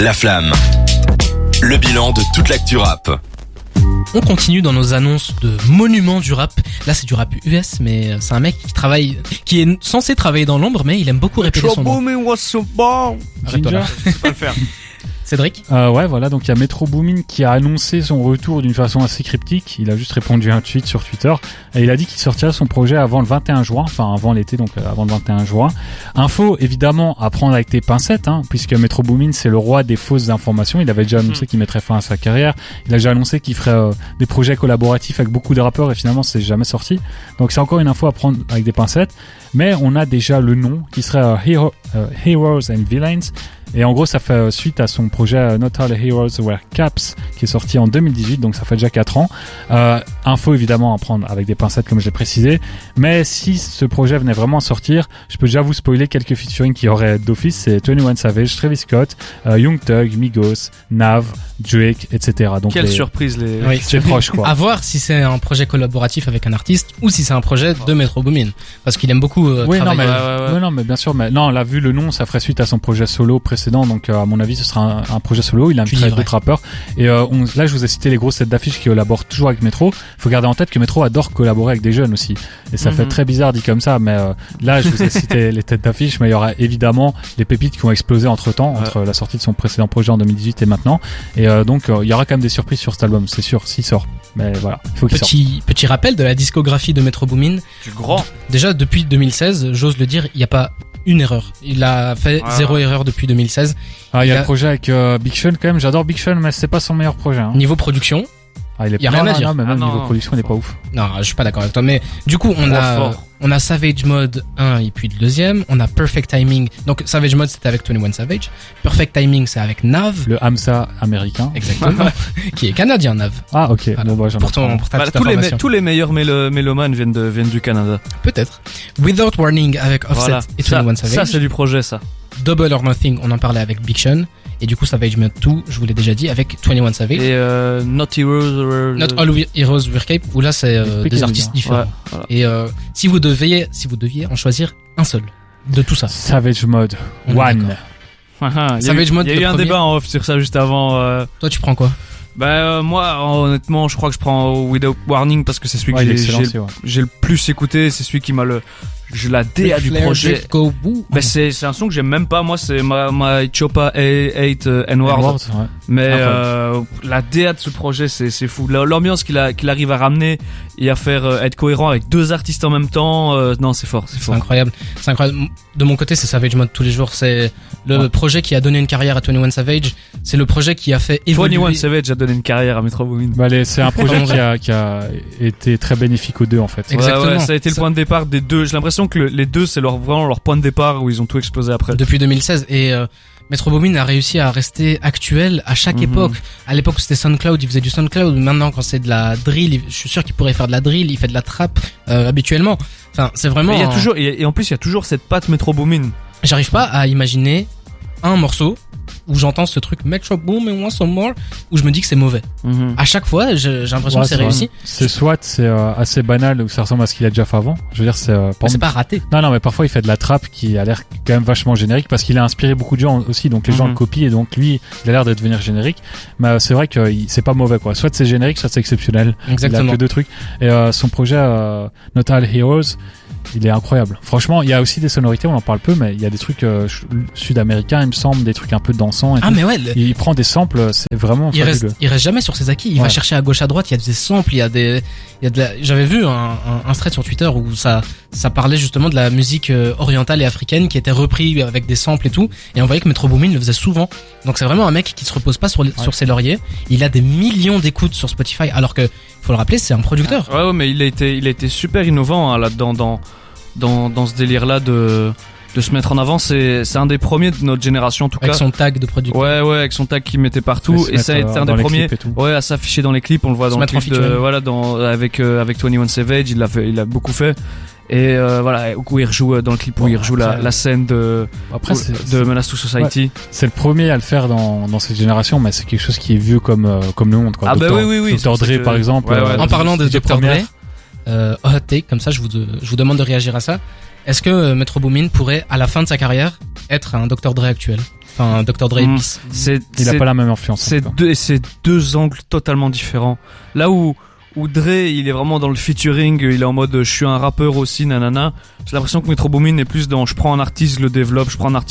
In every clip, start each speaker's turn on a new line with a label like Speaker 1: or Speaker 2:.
Speaker 1: La Flamme. Le bilan de toute l'actu rap.
Speaker 2: On continue dans nos annonces de monuments du rap. Là, c'est du rap US, mais c'est un mec qui est censé travailler dans l'ombre, mais il aime beaucoup répéter son nom.
Speaker 3: Ginger, c'est pas le faire.
Speaker 2: Cédric?
Speaker 3: Ouais, voilà, donc il y a Metro Boomin qui a annoncé son retour d'une façon assez cryptique. Il a juste répondu à un tweet sur Twitter et il a dit qu'il sortirait son projet avant le 21 juin, enfin avant l'été, donc avant le 21 juin. Info évidemment à prendre avec tes pincettes, puisque Metro Boomin c'est le roi des fausses informations. Il avait déjà annoncé qu'il mettrait fin à sa carrière. Il a déjà annoncé qu'il ferait des projets collaboratifs avec beaucoup de rappeurs et finalement c'est jamais sorti. Donc c'est encore une info à prendre avec des pincettes. Mais on a déjà le nom qui serait Heroes and Villains. Et en gros, ça fait suite à son projet Not All Heroes Wear Caps qui est sorti en 2018, donc ça fait déjà 4 ans. Info évidemment à prendre avec des pincettes comme je l'ai précisé. Mais si ce projet venait vraiment à sortir, je peux déjà vous spoiler quelques featuring qui auraient d'office. C'est 21 Savage, Travis Scott, Young Thug, Migos, Nav, Drake, etc. Donc
Speaker 4: quelle surprise
Speaker 2: Oui,
Speaker 3: c'est proche quoi.
Speaker 2: À voir si c'est un projet collaboratif avec un artiste ou si c'est un projet de Metro Boomin. Parce qu'il aime beaucoup travailler.
Speaker 3: Non mais bien sûr, mais non, là vu le nom, ça ferait suite à son projet solo précédent, donc à mon avis ce sera un projet solo. Il inviterait d'autres rappeurs. Et là je vous ai cité les grosses têtes d'affiche qui collaborent toujours avec Metro. Faut garder en tête que Metro adore collaborer avec des jeunes aussi. Et ça fait très bizarre dit comme ça, mais là je vous ai cité les têtes d'affiche, mais il y aura évidemment les pépites qui ont explosé entre la sortie de son précédent projet en 2018 et maintenant. Et donc il y aura quand même des surprises sur cet album, c'est sûr, s'il sort. Mais voilà, il faut qu'il sorte.
Speaker 2: Petit rappel de la discographie de Metro Boomin.
Speaker 4: Du grand.
Speaker 2: Déjà depuis 2016, j'ose le dire, il n'y a pas une erreur. Il a fait 0 erreur depuis 2016.
Speaker 3: Il y a le projet avec Big Sean quand même. J'adore Big Sean, mais c'est pas son meilleur projet.
Speaker 2: Niveau production,
Speaker 3: il
Speaker 2: y a rien à dire.
Speaker 3: Mais même niveau production, il est pas ouf.
Speaker 2: Non, je suis pas d'accord avec toi. Mais du coup, on a Savage Mode 1 et puis le deuxième. On a Perfect Timing. Donc Savage Mode c'était avec 21 Savage. Perfect Timing c'est avec Nav.
Speaker 3: Le Hamza américain.
Speaker 2: Exactement. Qui est canadien, Nav.
Speaker 3: Ah ok.
Speaker 2: Voilà.
Speaker 3: Bon,
Speaker 2: pour ta petite information.
Speaker 4: Tous les meilleurs mélomanes viennent du Canada.
Speaker 2: Peut-être. Without Warning avec Offset et 21 Savage.
Speaker 4: Ça c'est du projet ça.
Speaker 2: Double or Nothing, on en parlait avec Big Sean. Et du coup, Savage Mode 2, je vous l'ai déjà dit, avec 21 Savage.
Speaker 4: Et Not
Speaker 2: All Heroes Wear Cape, où là, c'est des artistes différents. Ouais, voilà. Et si vous deviez en choisir un seul de tout ça.
Speaker 3: Savage Mode 1.
Speaker 2: Savage Mode,
Speaker 4: il y a eu un débat en off sur ça juste avant.
Speaker 2: Toi, tu prends quoi?
Speaker 4: Moi honnêtement je crois que je prends Without Warning parce que c'est celui que j'ai le plus écouté, c'est celui qui m'a la DA du projet. C'est un son que j'aime même pas, moi c'est My Choppa 8 N-Word. Mais la DA de ce projet c'est fou. L'ambiance qu'il arrive à ramener et à faire être cohérent avec deux artistes en même temps, non c'est fort.
Speaker 2: C'est incroyable. C'est incroyable. De mon côté c'est Savage Mode tous les jours, c'est le projet qui a donné une carrière à 21 Savage, c'est le projet qui a fait évoluer.
Speaker 4: 21 Savage a donné une carrière à Metro Boomin.
Speaker 3: C'est un projet qui a été très bénéfique aux deux en fait.
Speaker 2: Exactement.
Speaker 4: Ça a été le point de départ des deux. J'ai l'impression que les deux c'est vraiment leur point de départ où ils ont tout explosé après.
Speaker 2: Depuis 2016 et Metro Boomin a réussi à rester actuel à chaque époque. À l'époque où c'était SoundCloud, il faisait du SoundCloud. Maintenant quand c'est de la drill, je suis sûr qu'il pourrait faire de la drill. Il fait de la trap habituellement. Enfin, c'est vraiment.
Speaker 4: Il y a toujours et en plus il y a toujours cette patte Metro Boomin.
Speaker 2: J'arrive pas à imaginer un morceau où j'entends ce truc Metro Boomin Once More où je me dis que c'est mauvais. À chaque fois, j'ai l'impression que c'est réussi.
Speaker 3: C'est assez banal ou ça ressemble à ce qu'il a déjà fait avant. Je veux dire, c'est
Speaker 2: pas raté.
Speaker 3: Non, mais parfois il fait de la trap qui a l'air quand même vachement générique parce qu'il a inspiré beaucoup de gens aussi, donc les gens le copient et donc lui, il a l'air de devenir générique. Mais c'est vrai que c'est pas mauvais quoi. Soit c'est générique, soit c'est exceptionnel.
Speaker 2: Exactement.
Speaker 3: Il a que deux trucs. Et son projet Not All Heroes, il est incroyable. Franchement, il y a aussi des sonorités, on en parle peu, mais il y a des trucs sud-américains, il me semble, des trucs un peu dansants.
Speaker 2: Mais ouais.
Speaker 3: Il prend des samples, c'est vraiment fabuleux.
Speaker 2: Il reste jamais sur ses acquis. Il va chercher à gauche, à droite. Il y a des samples, j'avais vu un thread sur Twitter où ça parlait justement de la musique orientale et africaine qui était repris avec des samples et tout. Et on voyait que Metro Boomin le faisait souvent. Donc c'est vraiment un mec qui se repose pas sur ses lauriers. Il a des millions d'écoutes sur Spotify, alors que faut le rappeler, c'est un producteur.
Speaker 4: Ouais, mais il a été super innovant là-dedans dans ce délire-là de se mettre en avant. C'est un des premiers de notre génération en tout cas.
Speaker 2: Avec son tag de producteur.
Speaker 4: Ouais, avec son tag qu'il mettait partout et ça a été un des premiers. À s'afficher dans les clips, on le voit dans le clip avec 21 Savage, il a beaucoup fait. Et où il rejoue dans le clip où il rejoue la scène de Menace to Society.
Speaker 3: C'est le premier à le faire dans cette génération, mais c'est quelque chose qui est vieux comme le monde quoi.
Speaker 4: Oui.
Speaker 3: Dr. Dre par exemple.
Speaker 2: En parlant de Dr. Dre, hot take comme ça, je vous demande de réagir à ça. Est-ce que Metro Boomin pourrait, à la fin de sa carrière, être un Dr. Dre actuel? Enfin, Dr. Dre.
Speaker 3: Il a pas la même influence.
Speaker 4: C'est deux angles totalement différents. Là où Dre, il est vraiment dans le featuring, il est en mode je suis un rappeur aussi, nanana. J'ai l'impression que Metro Boomin est plus dans je prends un artiste, le développe,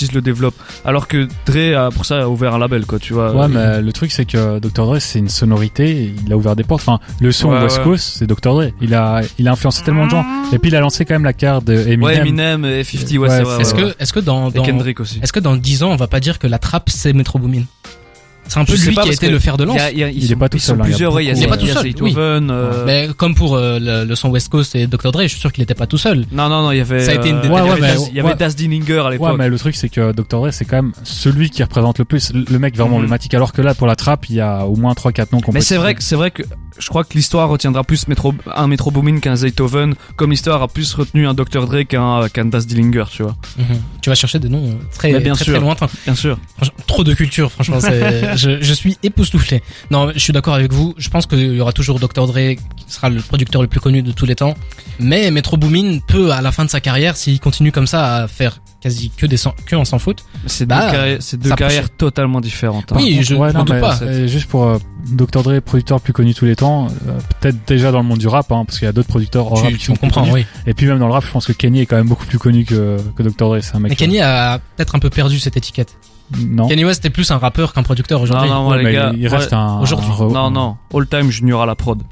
Speaker 4: alors que Dre pour ça a ouvert un label, quoi, tu vois.
Speaker 3: Ouais, mais le truc c'est que Dr. Dre c'est une sonorité, il a ouvert des portes. Enfin, le son West Coast, c'est Dr. Dre. Il a influencé tellement de gens. Et puis il a lancé quand même la carte de Eminem.
Speaker 4: Ouais, Eminem et 50, c'est vrai.
Speaker 2: Est-ce que dans
Speaker 4: Kendrick aussi.
Speaker 2: Est-ce que dans 10 ans on va pas dire que la trappe c'est Metro Boomin? C'est un peu lui qui a été le fer de lance.
Speaker 3: Il est pas tout seul.
Speaker 2: Il est pas tout seul. Oui. Mais comme pour le son West Coast et Dr. Dre, je suis sûr qu'il était pas tout seul.
Speaker 4: Non, il y avait.
Speaker 2: Ça a été une
Speaker 4: il y avait Das Dillinger à l'époque.
Speaker 3: Ouais, mais le truc c'est que Dr. Dre c'est quand même celui qui représente le plus le mec vraiment emblématique. Alors que là pour la trappe il y a au moins 3-4 noms qu'on peut.
Speaker 4: Mais c'est vrai que je crois que l'histoire retiendra plus un Metro Boomin qu'un Zaytoven, comme l'histoire a plus retenu un Dr. Dre qu'un Das Dillinger, tu vois.
Speaker 2: Tu vas chercher des noms très lointains.
Speaker 4: Bien sûr.
Speaker 2: Trop de culture, franchement. Je suis époustouflé. Non, je suis d'accord avec vous. Je pense qu'il y aura toujours Dr. Dre qui sera le producteur le plus connu de tous les temps. Mais Metro Boomin peut, à la fin de sa carrière, s'il continue comme ça à faire quasi que on s'en fout.
Speaker 4: C'est deux carrières totalement différentes.
Speaker 2: Oui, je ne doute pas.
Speaker 3: Juste pour Dr. Dre, producteur le plus connu de tous les temps, peut-être déjà dans le monde du rap, parce qu'il y a d'autres producteurs rap qui sont
Speaker 2: comprends, oui.
Speaker 3: Et puis même dans le rap, je pense que Kanye est quand même beaucoup plus connu que Dr. Dre. C'est un mec.
Speaker 2: Mais Kanye a peut-être un peu perdu cette étiquette.
Speaker 3: Non.
Speaker 2: Kanye West est plus un rappeur qu'un producteur aujourd'hui.
Speaker 4: Non, les gars,
Speaker 3: il reste
Speaker 2: aujourd'hui.
Speaker 4: Non, all time Junior à la prod.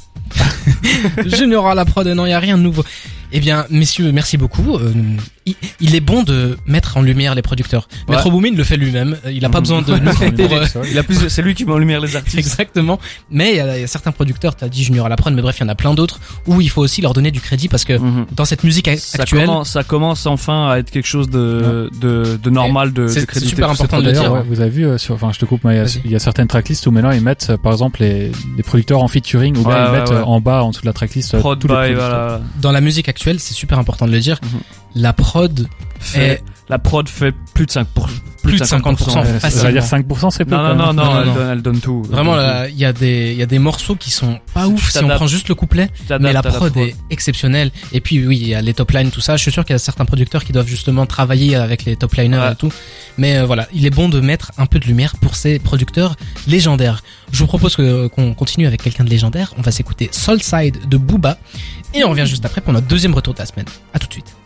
Speaker 2: Junior à la prod, non, il y a rien de nouveau. Eh bien, messieurs, merci beaucoup. Il est bon de mettre en lumière les producteurs. Ouais. Metro Boomin le fait lui-même. Il a pas besoin de nous
Speaker 4: c'est lui qui met en lumière les artistes.
Speaker 2: Exactement. Mais il y a certains producteurs, t'as dit Junior à la prod, mais bref, il y en a plein d'autres où il faut aussi leur donner du crédit parce que dans cette musique actuelle,
Speaker 4: ça commence enfin à être quelque chose de normal, de crédité.
Speaker 2: C'est super important de le dire.
Speaker 3: Ouais, vous avez vu je te coupe, mais il y a certaines tracklists où maintenant ils mettent par exemple les producteurs en featuring ou bien ils mettent en bas en dessous de la tracklist
Speaker 4: prod
Speaker 3: tous les
Speaker 4: voilà.
Speaker 2: Dans la musique actuelle, c'est super important de le dire. La prod fait
Speaker 4: plus de 5%.
Speaker 2: Plus de 50%.
Speaker 3: Ça veut dire 5%, c'est peu.
Speaker 4: Non, elle donne tout.
Speaker 2: Vraiment, il y a des morceaux qui sont pas ouf si on prend juste le couplet, mais la prod est exceptionnelle. Et puis oui, il y a les top lines, tout ça. Je suis sûr qu'il y a certains producteurs qui doivent justement travailler avec les top liners et tout. Mais voilà, il est bon de mettre un peu de lumière pour ces producteurs légendaires. Je vous propose qu'on continue avec quelqu'un de légendaire. On va s'écouter Soulside de Booba et on revient juste après pour notre deuxième retour de la semaine. À tout de suite.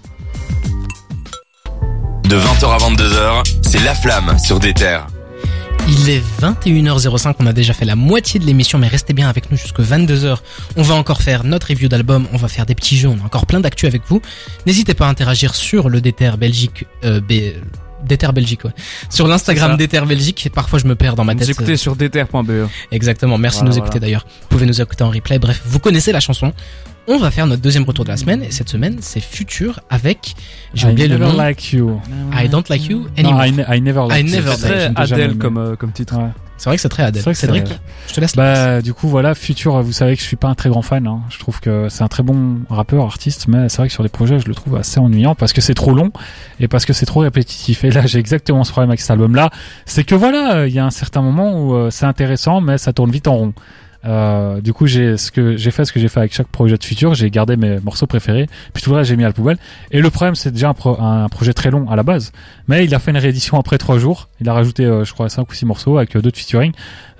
Speaker 1: De 20h à 22h, c'est La Flamme sur des terres.
Speaker 2: Il est 21h05, on a déjà fait la moitié de l'émission, mais restez bien avec nous jusque 22h. On va encore faire notre review d'album, on va faire des petits jeux, on a encore plein d'actu avec vous. N'hésitez pas à interagir sur le Déter Belgique, Déter Belgique, ouais. Sur l'Instagram Déter Belgique, parfois je me perds dans ma tête.
Speaker 4: Vous écoutez sur déter.be.
Speaker 2: Exactement, merci de nous écouter d'ailleurs. Vous pouvez nous écouter en replay, bref, vous connaissez la chanson. On va faire notre deuxième retour de la semaine, et cette semaine, c'est Future avec, j'ai oublié le nom.
Speaker 3: Like you.
Speaker 2: I don't like you anymore.
Speaker 3: No, I never like you.
Speaker 4: C'est très Adele comme titre.
Speaker 3: Ouais.
Speaker 2: C'est vrai que c'est très Adele. Cédric, je te laisse.
Speaker 3: Du coup, voilà, Future, vous savez que je suis pas un très grand fan, Je trouve que c'est un très bon rappeur, artiste, mais c'est vrai que sur les projets, je le trouve assez ennuyant parce que c'est trop long et parce que c'est trop répétitif. Et là, j'ai exactement ce problème avec cet album-là. C'est que voilà, il y a un certain moment où c'est intéressant, mais ça tourne vite en rond. Du coup, j'ai fait avec chaque projet de Future, j'ai gardé mes morceaux préférés, puis tout le reste j'ai mis à la poubelle. Et le problème, c'est déjà un projet très long à la base, mais il a fait une réédition après 3 jours. Il a rajouté, je crois, 5 ou 6 morceaux avec d'autres featuring.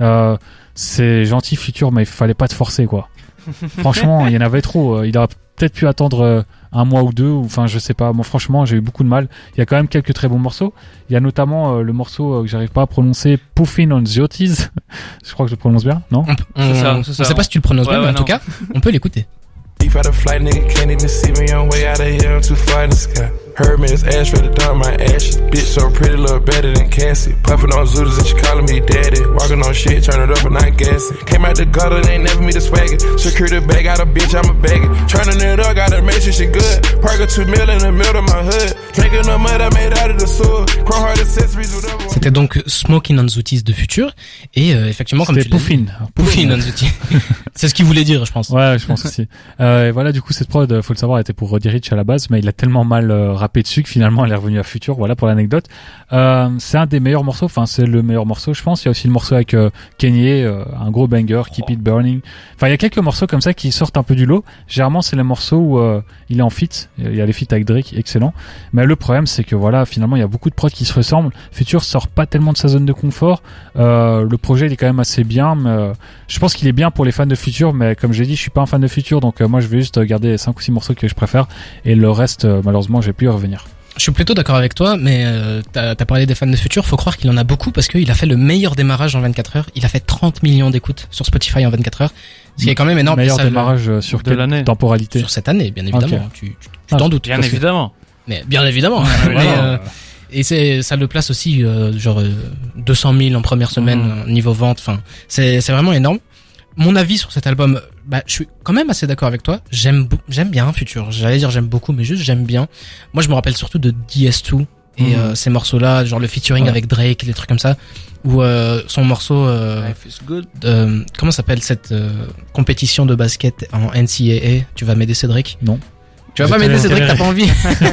Speaker 3: C'est gentil Future, mais il fallait pas te forcer, quoi. Franchement, il y en avait trop. Il aurait peut-être pu attendre un mois ou deux, enfin je sais pas. Moi franchement j'ai eu beaucoup de mal. Il y a quand même quelques très bons morceaux. Il y a notamment le morceau que j'arrive pas à prononcer, Puffin on Ziotis. Je crois que je le prononce bien, non?
Speaker 2: C'est ça. On sait pas si tu le prononces bien, mais en tout cas, on peut l'écouter.
Speaker 5: Deep out of flight, nigga can't even see me on way out of here. I'm too far in the sky. Heard me, it's ash ready to dump my ashes. Bitch so pretty, look better than Cassie. Puffin' on Zooters and she calling me daddy. Walking on shit, turn it up and not gassing. Came out the gutter, they ain't never me the swagger. Secure the bag, got a bitch, I'm a bagger. Turning it up, gotta make sure she good. Park a 2 mil in the middle of my hood. Drinking the mud I made out of the sewer. Chrome heart accessories, whatever.
Speaker 2: C'était donc Smoking on Zooties de Future. Et effectivement, comme tu l'as dit, Puffin on Zooties. C'est ce qu'il voulait dire, je pense.
Speaker 3: Ouais, je pense aussi. Et voilà, du coup, cette prod, faut le savoir, était pour Roddy Ricch à la base, mais il a tellement mal rappé dessus que finalement elle est revenue à Future. Voilà pour l'anecdote. C'est un des meilleurs morceaux. Enfin, c'est le meilleur morceau, je pense. Il y a aussi le morceau avec Kanye, un gros banger, Keep It Burning. Enfin, il y a quelques morceaux comme ça qui sortent un peu du lot. Généralement, c'est les morceaux où il est en feat. Il y a les feats avec Drake, excellent. Mais le problème, c'est que voilà, finalement, il y a beaucoup de prods qui se ressemblent. Future sort pas tellement de sa zone de confort. Le projet, il est quand même assez bien. Mais, je pense qu'il est bien pour les fans de Future, mais comme j'ai dit, je suis pas un fan de Future, donc moi, je vais juste garder 5 ou 6 morceaux que je préfère. Et le reste, malheureusement, j'ai pu y revenir.
Speaker 2: Je suis plutôt d'accord avec toi, mais t'as parlé des fans de Future, faut croire qu'il en a beaucoup parce qu'il a fait le meilleur démarrage en 24 heures. Il a fait 30 millions d'écoutes sur Spotify en 24 heures, ce qui est quand même énorme.
Speaker 3: Meilleur démarrage sur quelle année temporalité?
Speaker 2: Sur cette année, bien évidemment. Okay. Tu t'en doutes.
Speaker 4: Bien évidemment.
Speaker 2: Mais bien évidemment. Et ça le place aussi genre 200 000 en première semaine niveau vente. Enfin, c'est vraiment énorme. Mon avis sur cet album, je suis quand même assez d'accord avec toi. J'aime bien Future. J'allais dire j'aime beaucoup, mais juste j'aime bien. Moi, je me rappelle surtout de DS2 et ces morceaux-là, genre le featuring avec Drake, les trucs comme ça, ou son morceau.
Speaker 4: Life is good.
Speaker 2: Comment s'appelle cette compétition de basket en NCAA? Tu vas m'aider, Cédric?
Speaker 3: Non.
Speaker 2: Tu vas pas m'aider, Cédric, t'as pas envie?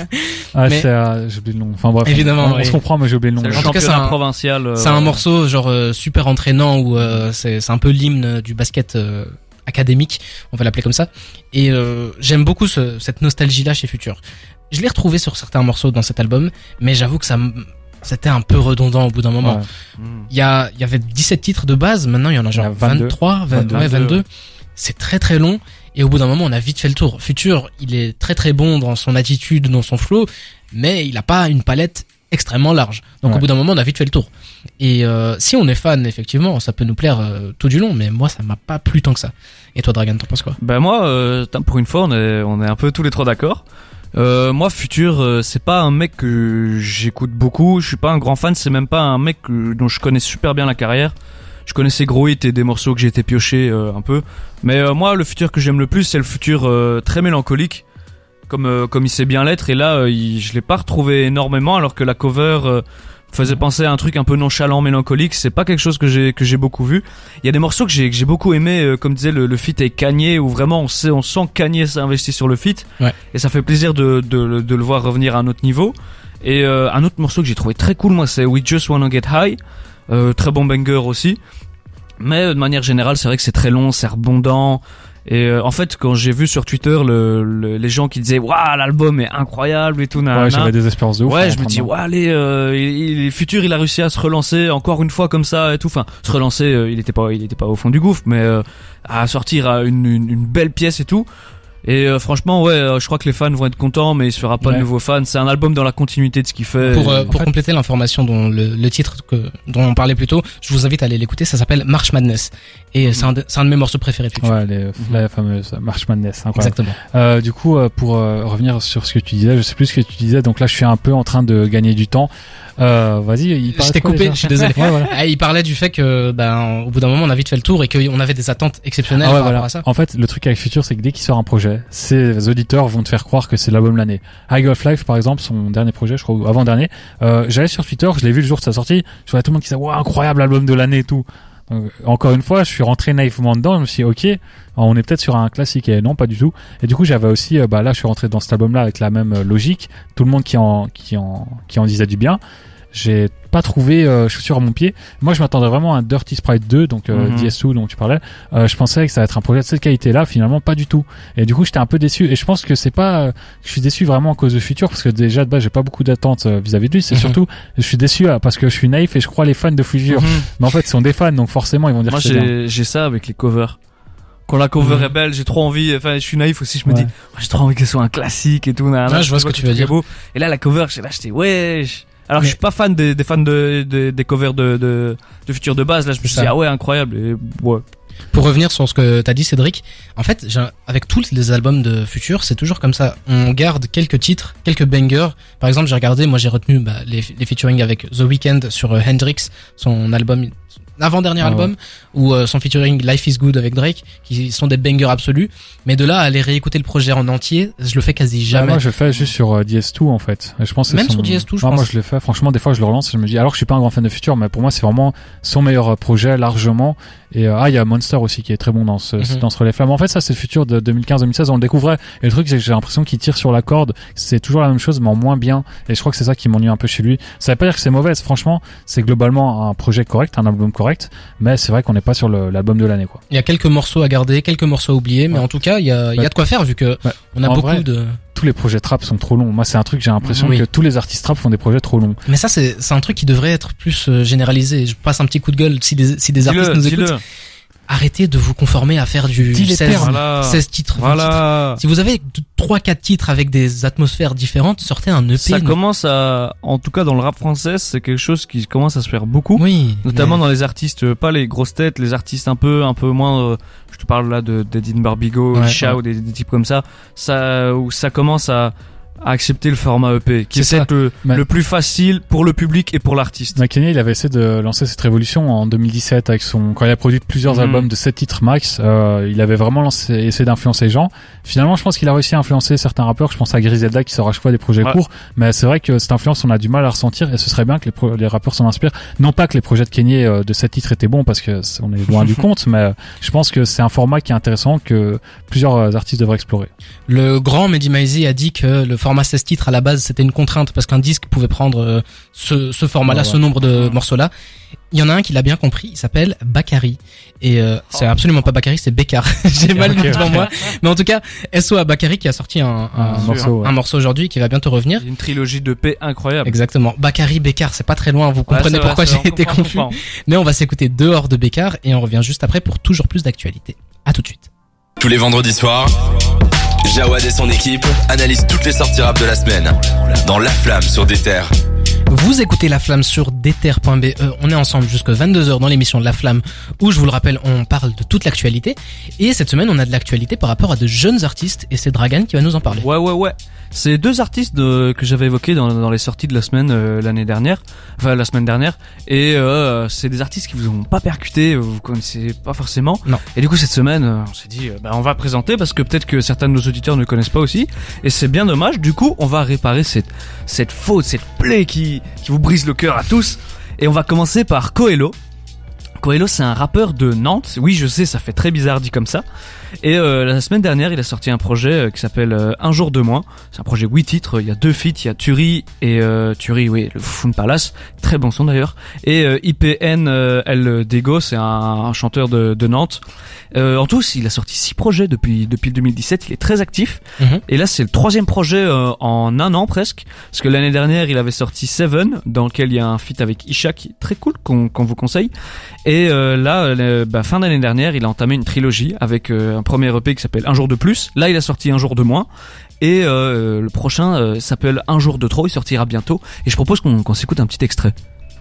Speaker 3: Mais j'ai oublié le nom. Enfin bref.
Speaker 2: Évidemment,
Speaker 3: on se comprend, mais j'ai oublié le nom.
Speaker 4: C'est le championnat provincial.
Speaker 2: C'est un morceau genre super entraînant où c'est un peu l'hymne du basket académique, on va l'appeler comme ça. Et j'aime beaucoup cette nostalgie-là chez Future. Je l'ai retrouvé sur certains morceaux dans cet album, mais j'avoue que c'était un peu redondant au bout d'un moment. Ouais. Il y avait 17 titres de base, maintenant il y en a genre 23, 22. C'est très très long. Et au bout d'un moment, on a vite fait le tour. Future, il est très très bon dans son attitude, dans son flow, mais il a pas une palette extrêmement large. Donc au bout d'un moment, on a vite fait le tour. Et si on est fan, effectivement, ça peut nous plaire tout du long, mais moi, ça m'a pas plu tant que ça. Et toi, Dragan, t'en penses quoi?
Speaker 4: Moi, pour une fois, on est un peu tous les trois d'accord. Moi, Future, c'est pas un mec que j'écoute beaucoup. Je suis pas un grand fan. C'est même pas un mec dont je connais super bien la carrière. Je connaissais gros hits et des morceaux que j'ai été pioché un peu. Mais moi, le Future que j'aime le plus, c'est le Future très mélancolique, comme il sait bien l'être. Et là, je l'ai pas retrouvé énormément, alors que la cover faisait penser à un truc un peu nonchalant, mélancolique. C'est pas quelque chose que j'ai beaucoup vu. Il y a des morceaux que j'ai beaucoup aimé, comme disait le feat avec Kanye, où vraiment on sent Kanye s'est investi sur le feat. Ouais. Et ça fait plaisir de le voir revenir à un autre niveau. Et un autre morceau que j'ai trouvé très cool, moi, c'est We Just Wanna Get High. Très bon banger aussi. Mais de manière générale, c'est vrai que c'est très long, c'est redondant. Et en fait, quand j'ai vu sur Twitter les gens qui disaient waouh, l'album est incroyable et tout,
Speaker 3: j'avais des espérances de ouf.
Speaker 4: Ouais, je me dis waouh, les Future, il a réussi à se relancer encore une fois comme ça et tout. Enfin, se relancer, il était pas au fond du gouffre, mais à sortir à une belle pièce et tout. Et franchement, je crois que les fans vont être contents, mais il se fera pas de nouveaux fans. C'est un album dans la continuité de ce qu'il fait.
Speaker 2: Pour compléter l'information dont le titre dont on parlait plus tôt, je vous invite à aller l'écouter. Ça s'appelle March Madness. Et c'est un de mes morceaux préférés de Future.
Speaker 3: Ouais, la fameuse March Madness, incroyable.
Speaker 2: Exactement.
Speaker 3: Du coup, pour revenir sur ce que tu disais, je sais plus ce que tu disais. Donc là, je suis un peu en train de gagner du temps. Vas-y,
Speaker 2: je t'ai coupé, je suis désolé. Voilà. Il parlait du fait que, au bout d'un moment, on a vite fait le tour et qu'on avait des attentes exceptionnelles par rapport à ça.
Speaker 3: En fait, le truc avec Future, c'est que dès qu'il sort un projet, ses auditeurs vont te faire croire que c'est l'album de l'année. High of Life, par exemple, son dernier projet, je crois, ou avant-dernier, j'allais sur Twitter, je l'ai vu le jour de sa sortie, je voyais tout le monde qui disait, waouh, incroyable album de l'année et tout. Donc, encore une fois, je suis rentré naïvement dedans, je me suis dit, ok, on est peut-être sur un classique, et non, pas du tout. Et du coup, j'avais aussi, là, je suis rentré dans cet album-là avec la même logique, tout le monde qui en disait du bien. J'ai pas trouvé chaussure à mon pied. Moi, je m'attendais vraiment à un Dirty Sprite 2, donc DS2 dont tu parlais. Je pensais que ça allait être un projet de cette qualité-là, finalement pas du tout. Et du coup, j'étais un peu déçu. Et je pense que c'est pas, je suis déçu vraiment à cause de Future, parce que déjà de base, j'ai pas beaucoup d'attentes vis-à-vis de lui. C'est surtout, je suis déçu parce que je suis naïf et je crois les fans de Future. Mais en fait, ce sont des fans, donc forcément, ils vont dire.
Speaker 4: Moi, j'ai ça avec les covers. Quand la cover est belle, j'ai trop envie, enfin, je suis naïf aussi, je me dis, j'ai trop envie qu'elle soit un classique et tout,
Speaker 2: je vois ce que tu veux dire.
Speaker 4: Beau. Et là, la cover, j'étais, wesh. Alors, je suis pas fan des fans des covers de Future de base, là, je me suis dit, incroyable, et ouais.
Speaker 2: Pour revenir sur ce que t'as dit, Cédric, en fait, avec tous les albums de Future, c'est toujours comme ça. On garde quelques titres, quelques bangers. Par exemple, j'ai retenu les featuring avec The Weeknd sur Hendrix, son album l'avant-dernier album, ou son featuring Life is Good avec Drake, qui sont des bangers absolus. Mais de là à aller réécouter le projet en entier, je le fais quasi jamais.
Speaker 3: Moi, je le fais juste sur DS2 en fait. Je pense
Speaker 2: même sur DS2, je pense.
Speaker 3: Moi, je le fais. Franchement, des fois, je le relance et je me dis, alors que je suis pas un grand fan de Future, mais pour moi, c'est vraiment son meilleur projet largement. Et il y a Monster aussi qui est très bon dans ce relève-là. Mais en fait, ça, c'est le Future de 2015-2016. On le découvrait. Et le truc, c'est que j'ai l'impression qu'il tire sur la corde. C'est toujours la même chose, mais en moins bien. Et je crois que c'est ça qui m'ennuie un peu chez lui. Ça veut pas dire que c'est mauvais. Franchement, c'est globalement un projet correct, un album correct. Mais c'est vrai qu'on n'est pas sur l'album de l'année, quoi.
Speaker 2: Il y a quelques morceaux à garder, quelques morceaux à oublier. Mais en tout cas, il y a de quoi faire vu que on a beaucoup de...
Speaker 3: Tous les projets trap sont trop longs. Moi, c'est un truc, j'ai l'impression que tous les artistes trap font des projets trop longs.
Speaker 2: Mais ça, c'est un truc qui devrait être plus généralisé. Je passe un petit coup de gueule si des artistes nous écoutent. Arrêtez de vous conformer à faire du 16 titres.
Speaker 4: Voilà.
Speaker 2: Si vous avez 3-4 titres avec des atmosphères différentes, sortez un EP.
Speaker 4: Ça commence à, en tout cas dans le rap français, c'est quelque chose qui commence à se faire beaucoup.
Speaker 2: Oui.
Speaker 4: Notamment dans les artistes, pas les grosses têtes, les artistes un peu moins, je te parle là d'Edine Barbigo, Isha ou des types comme ça. Où ça commence à accepter le format EP, qui est peut-être le plus facile pour le public et pour l'artiste.
Speaker 3: Kanye, il avait essayé de lancer cette révolution en 2017 avec quand il a produit plusieurs albums de 7 titres max, il avait vraiment essayé d'influencer les gens. Finalement, je pense qu'il a réussi à influencer certains rappeurs. Je pense à Griselda qui sort à chaque fois des projets courts, mais c'est vrai que cette influence, on a du mal à ressentir et ce serait bien que les rappeurs s'en inspirent. Non pas que les projets de Kanye de 7 titres étaient bons parce que on est loin du compte, mais je pense que c'est un format qui est intéressant que plusieurs artistes devraient explorer.
Speaker 2: Le grand Mehdi Maizi a dit que le format 16 titres à la base c'était une contrainte parce qu'un disque pouvait prendre ce format-là, ce nombre de morceaux-là. Il y en a un qui l'a bien compris, il s'appelle Bakary et c'est absolument pas Bakary, c'est Bécard. J'ai mal lu devant moi, mais en tout cas SO à Bakary qui a sorti un morceau aujourd'hui qui va bientôt revenir.
Speaker 4: Une trilogie de paix incroyable.
Speaker 2: Exactement. Bakary, Bécard, c'est pas très loin, vous comprenez pourquoi j'ai été confus. Mais on va s'écouter Dehors de Bécard et on revient juste après pour toujours plus d'actualité. À tout de suite.
Speaker 1: Tous les vendredis soirs, Jawad et son équipe analysent toutes les sorties rap de la semaine dans La Flamme sur Déter.
Speaker 2: Vous écoutez La Flamme sur Déter.be. On est ensemble jusqu'à 22h dans l'émission La Flamme où, je vous le rappelle, on parle de toute l'actualité. Et cette semaine, on a de l'actualité par rapport à de jeunes artistes et c'est Dragan qui va nous en parler.
Speaker 4: Ouais. C'est deux artistes que j'avais évoqués dans les sorties de la semaine la semaine dernière. Et c'est des artistes qui vous ont pas percuté, vous connaissez pas forcément.
Speaker 2: Non.
Speaker 4: Et du coup cette semaine, on s'est dit on va présenter parce que peut-être que certains de nos auditeurs ne connaissent pas aussi. Et c'est bien dommage. Du coup, on va réparer cette faute, cette plaie qui vous brise le cœur à tous. Et on va commencer par Coelho. Coelho, c'est un rappeur de Nantes. Oui, je sais, ça fait très bizarre dit comme ça. Et la semaine dernière, il a sorti un projet qui s'appelle Un jour de moins. C'est un projet 8 titres. Il y a 2 feats, il y a Turi et Turi, oui, le Fun Palace, très bon son d'ailleurs. Et IPN El Dego, c'est un chanteur de Nantes. En tout, il a sorti 6 projets depuis le 2017. Il est très actif. Et là, c'est le 3e projet en un an presque. Parce que l'année dernière, il avait sorti Seven, dans lequel il y a un feat avec Isha qui est très cool, qu'on vous conseille. Et là, fin d'année dernière, il a entamé une trilogie avec un premier EP qui s'appelle Un jour de plus. Là, il a sorti Un jour de moins. Et le prochain s'appelle Un jour de trop. Il sortira bientôt. Et je propose qu'on s'écoute un petit extrait.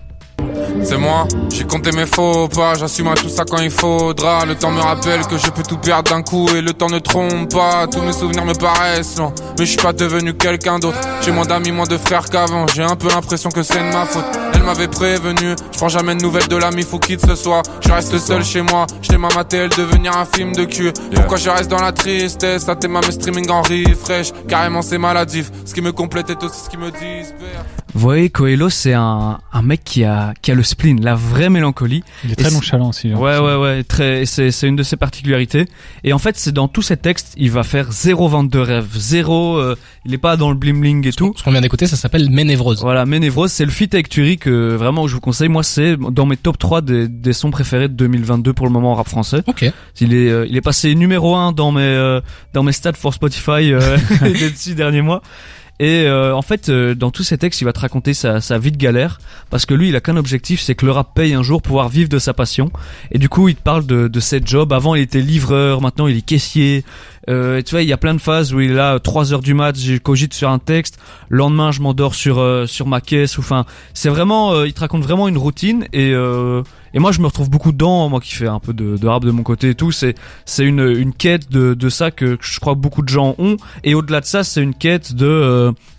Speaker 5: C'est moi, j'ai compté mes faux pas, j'assume tout ça quand il faudra. Le temps me rappelle que je peux tout perdre d'un coup et le temps ne trompe pas. Tous mes souvenirs me paraissent longs, mais je suis pas devenu quelqu'un d'autre. J'ai moins d'amis, moins de frères qu'avant, j'ai un peu l'impression que c'est de ma faute. Elle m'avait prévenu, je prends jamais de nouvelles de l'ami, faut quitte ce soir. Je reste seul chez moi, je l'aime à ma télé devenir un film de cul. Pourquoi je reste dans la tristesse, à tes mes streaming en refresh. Carrément c'est maladif, ce qui me complète est aussi ce qui me disperse.
Speaker 4: Vous voyez, Coelho, c'est un mec qui a le spleen, la vraie mélancolie.
Speaker 3: Il est très nonchalant aussi.
Speaker 4: Ouais, c'est une de ses particularités. Et en fait, c'est dans tous ses textes, il va faire zéro vente de rêve, il est pas dans le bling bling et tout.
Speaker 2: Ce qu'on vient d'écouter, ça s'appelle Ménévrose.
Speaker 4: Voilà, Ménévrose, c'est le feat avec Turi que vraiment je vous conseille. Moi, c'est dans mes top 3 des sons préférés de 2022 pour le moment en rap français.
Speaker 2: Ok.
Speaker 4: Il est passé numéro 1 dans mes stats for Spotify des 6 derniers mois. Et en fait, dans tous ses textes, il va te raconter sa vie de galère, parce que lui, il a qu'un objectif, c'est que le rap paye un jour, pouvoir vivre de sa passion. Et du coup, il te parle de cette job. Avant, il était livreur, maintenant, il est caissier. Tu vois, il y a plein de phases où il est là 3h du mat, je cogite sur un texte. Le lendemain, je m'endors sur ma caisse. Enfin, c'est vraiment, il te raconte vraiment une routine. Et moi, je me retrouve beaucoup dedans. Moi, qui fais un peu de rap de mon côté et tout, c'est une quête de ça que je crois que beaucoup de gens ont. Et au-delà de ça, c'est une quête de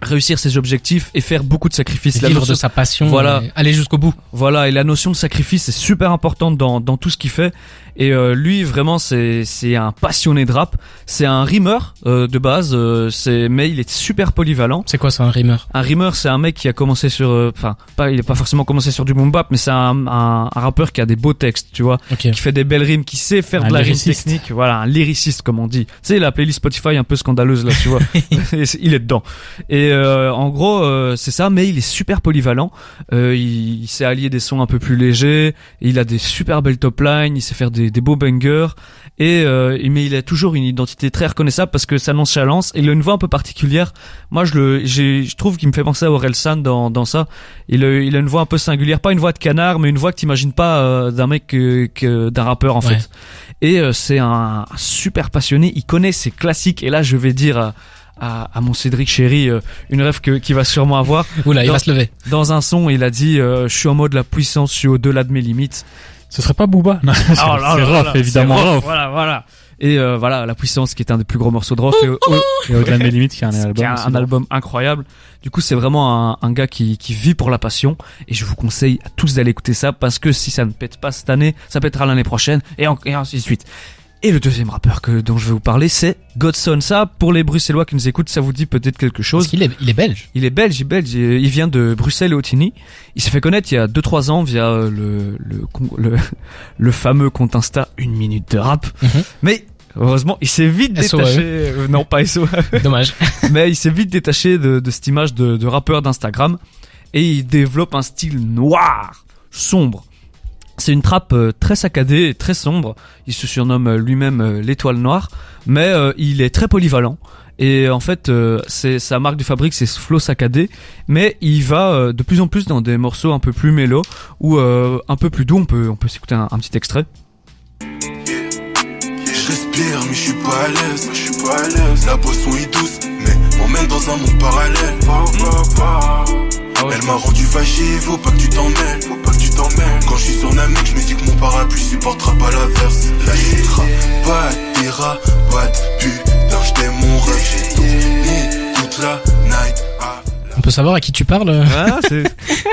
Speaker 4: réussir ses objectifs et faire beaucoup de sacrifices.
Speaker 2: Vivre de sa passion,
Speaker 4: voilà,
Speaker 2: aller jusqu'au bout.
Speaker 4: Voilà, et la notion de sacrifice est super importante dans tout ce qu'il fait. Et lui vraiment c'est un passionné de rap, c'est un rimeur de base, mais il est super polyvalent.
Speaker 2: C'est quoi ça, un rimeur?
Speaker 4: Un rimeur, c'est un mec qui a commencé sur il a pas forcément commencé sur du boom bap, mais c'est un rappeur qui a des beaux textes, tu vois,
Speaker 2: okay.
Speaker 4: Qui fait des belles rimes, qui sait faire de la rime technique, voilà, un lyriciste comme on dit. Tu sais, la playlist Spotify un peu scandaleuse là, tu vois. Il est dedans. Et en gros, c'est ça, mais il est super polyvalent. Il sait allier des sons un peu plus légers, il a des super belles top lines, il sait faire des beaux bangers mais il a toujours une identité très reconnaissable parce que sa nonchalance, il a une voix un peu particulière. Moi je trouve qu'il me fait penser à Orelsan dans ça. Il a une voix un peu singulière, pas une voix de canard mais une voix que t'imagines pas d'un mec d'un rappeur en fait. Et c'est un super passionné, il connaît ses classiques et là je vais dire à mon Cédric chéri une rêve qu'il va sûrement avoir.
Speaker 2: Oula, il va se lever.
Speaker 4: Dans un son, il a dit je suis en mode la puissance, je suis au-delà de mes limites.
Speaker 3: Ce serait pas Booba? Non, c'est Rof, évidemment Rof.
Speaker 4: Voilà. Et voilà, la puissance qui est un des plus gros morceaux de Rof
Speaker 3: et au-delà de mes limites qui est
Speaker 4: un album incroyable. Du coup, c'est vraiment un gars qui vit pour la passion et je vous conseille à tous d'aller écouter ça parce que si ça ne pète pas cette année, ça pètera l'année prochaine et ainsi de suite. Et le deuxième rappeur dont je vais vous parler, c'est Godson. Ça, pour les Bruxellois qui nous écoutent, ça vous dit peut-être quelque chose.
Speaker 2: Parce qu'il est belge.
Speaker 4: Il est belge. Il vient de Bruxelles et Ottignies. Il s'est fait connaître il y a 2-3 ans via le fameux compte Insta 1 minute de rap. Mm-hmm. Mais heureusement, il s'est vite détaché. Non, pas SO.
Speaker 2: Dommage.
Speaker 4: Mais il s'est vite détaché de cette image de rappeur d'Instagram et il développe un style noir, sombre. C'est une trappe très saccadée et très sombre. Il se surnomme lui-même l'étoile noire, mais il est très polyvalent. Et en fait, c'est sa marque de fabrique, c'est ce flow saccadé, mais il va de plus en plus dans des morceaux un peu plus mélo ou un peu plus doux. On peut s'écouter un petit extrait.
Speaker 5: Je respire, mais je suis pas à l'aise. La boisson est douce, mais m'emmène dans un monde parallèle. Elle m'a rendu fâché, faut pas que tu t'en mêles. Quand je suis sur la mec, je me dis que mon parapluie supportera pas l'averse. Là j'ai pas des rats, pas de putain, j't'aime mon rêve, j'ai tourné toute la night.
Speaker 2: On peut savoir à qui tu parles?
Speaker 4: Ah, c'est...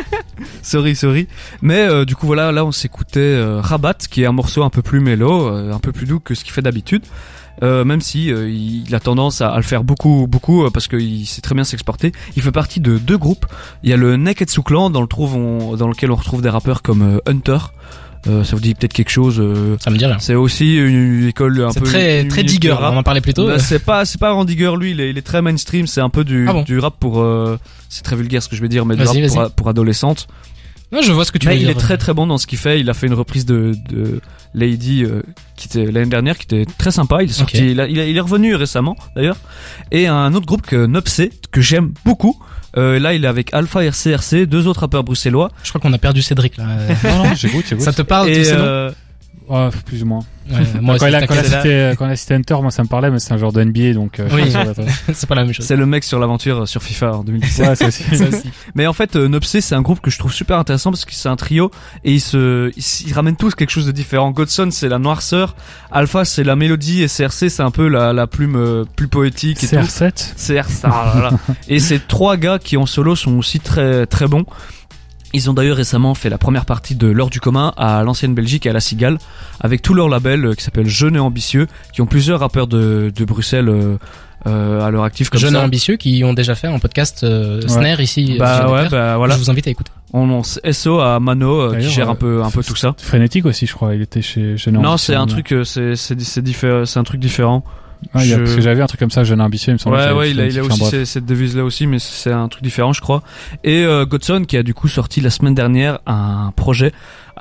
Speaker 4: sorry. Mais du coup voilà, là on s'écoutait Rabat, qui est un morceau un peu plus mélo, un peu plus doux que ce qu'il fait d'habitude. Même si il a tendance à le faire beaucoup parce qu'il sait très bien s'exporter. Il fait partie de 2 groupes. Il y a le Neketsu Clan dans lequel on retrouve des rappeurs comme Hunter. Ça vous dit peut-être quelque chose?
Speaker 2: Ça me dit rien.
Speaker 4: C'est aussi une école un peu
Speaker 2: très digger. On en parlait plus tôt.
Speaker 4: Bah, c'est pas un digger, lui. Il est très mainstream. C'est un peu du rap pour. C'est très vulgaire ce que je vais dire, mais du rap pour adolescentes.
Speaker 2: Non, je vois ce que tu veux dire.
Speaker 4: Il est très très bon dans ce qu'il fait. Il a fait une reprise de Lady qui était l'année dernière, qui était très sympa. Il est sorti, il est revenu récemment d'ailleurs. Et un autre groupe que Nopsé, que j'aime beaucoup. Là, il est avec Alpha RCRC, 2 autres rappeurs bruxellois.
Speaker 2: Je crois qu'on a perdu Cédric là.
Speaker 3: Non, j'écoute.
Speaker 2: Ça te parle tous ces noms?
Speaker 3: Ouais, plus ou moins.
Speaker 2: Ouais, moi
Speaker 3: quand on a cité Hunter, moi ça me parlait, mais c'est un genre de NBA, donc
Speaker 2: oui, c'est pas la même chose.
Speaker 4: C'est le mec sur l'aventure sur FIFA en 2017.
Speaker 3: Ouais, ça aussi.
Speaker 4: Mais en fait, Nopsé, c'est un groupe que je trouve super intéressant parce que c'est un trio et ils ramènent tous quelque chose de différent. Godson, c'est la noirceur, Alpha, c'est la mélodie et CRC, c'est un peu la plume plus poétique. Et
Speaker 3: CR7.
Speaker 4: CR7. Voilà. Et ces 3 gars qui en solo sont aussi très très bons. Ils ont d'ailleurs récemment fait la première partie de L'Heure du commun à l'ancienne Belgique et à la Cigale, avec tout leur label qui s'appelle Jeunes et Ambitieux, qui ont plusieurs rappeurs de Bruxelles à leur actif comme
Speaker 2: Jeunes
Speaker 4: ça.
Speaker 2: et Ambitieux qui ont déjà fait un podcast Snare ici.
Speaker 4: Voilà.
Speaker 2: Je vous invite à écouter.
Speaker 4: On SO à Mano qui gère un peu tout ça.
Speaker 3: Frénétique aussi, je crois. Il était chez Jeunes et Ambitieux.
Speaker 4: Non, c'est un truc, c'est un truc différent.
Speaker 3: Parce que j'avais un truc comme ça, Jeune Ambitieux, il me semble.
Speaker 4: Ouais, il a aussi cette devise-là aussi, mais c'est un truc différent, je crois. Et Godson, qui a du coup sorti la semaine dernière un projet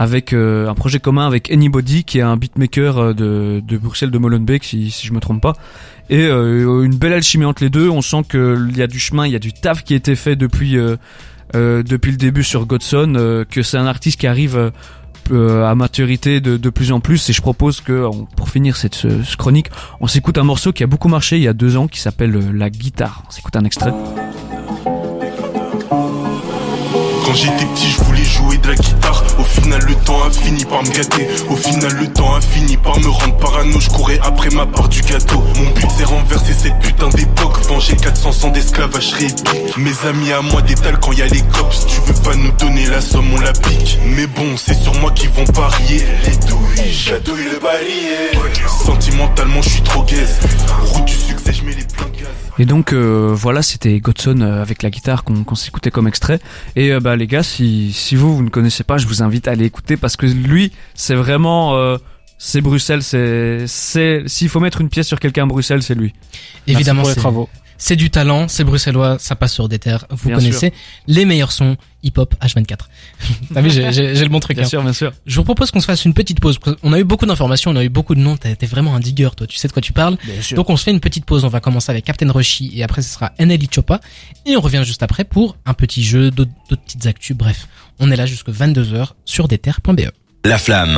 Speaker 4: commun avec Anybody, qui est un beatmaker de Bruxelles, de Molenbeek, si je me trompe pas. Et une belle alchimie entre les deux. On sent qu'il y a du chemin, il y a du taf qui a été fait depuis le début sur Godson, que c'est un artiste qui arrive à maturité de plus en plus, et je propose que pour finir cette chronique, on s'écoute un morceau qui a beaucoup marché il y a 2 ans qui s'appelle La Guitare. On s'écoute un extrait.
Speaker 5: Quand j'étais petit, je voulais jouer de la guitare. Au final le temps a fini par me gâter. Au final le temps a fini par me rendre parano. Je courais après ma part du gâteau. Mon but c'est renverser cette putain d'époque. Venger 400 ans d'esclavage épique. Mes amis à moi détalent quand y a les cops. Tu veux pas nous donner la somme, on la pique. Mais bon, c'est sur moi qu'ils vont parier. Les douilles, chatouille le barillet. Sentimentalement je suis trop gaze. Route du succès, je mets les pleins gaz.
Speaker 4: Et donc voilà, c'était Godson avec la guitare qu'on s'écoutait comme extrait. Et les gars, si vous ne connaissez pas, je vous invite à aller écouter parce que lui, c'est vraiment c'est Bruxelles, c'est s'il faut mettre une pièce sur quelqu'un à Bruxelles, c'est lui.
Speaker 2: Évidemment,
Speaker 3: c'est les travaux.
Speaker 2: C'est du talent, c'est bruxellois, ça passe sur des terres. Vous
Speaker 4: bien
Speaker 2: connaissez
Speaker 4: sûr.
Speaker 2: Les meilleurs sons hip-hop H24. T'as vu, j'ai le bon truc.
Speaker 4: Bien sûr, bien sûr.
Speaker 2: Je vous propose qu'on se fasse une petite pause. On a eu beaucoup d'informations, on a eu beaucoup de noms. T'es vraiment un digger, toi. Tu sais de quoi tu parles.
Speaker 4: Bien sûr.
Speaker 2: Donc on se fait une petite pause. On va commencer avec Captain Rushy et après ce sera NLE Choppa. Et on revient juste après pour un petit jeu, d'autres petites actus. Bref, on est là jusque 22h sur desterre.be.
Speaker 1: La Flamme.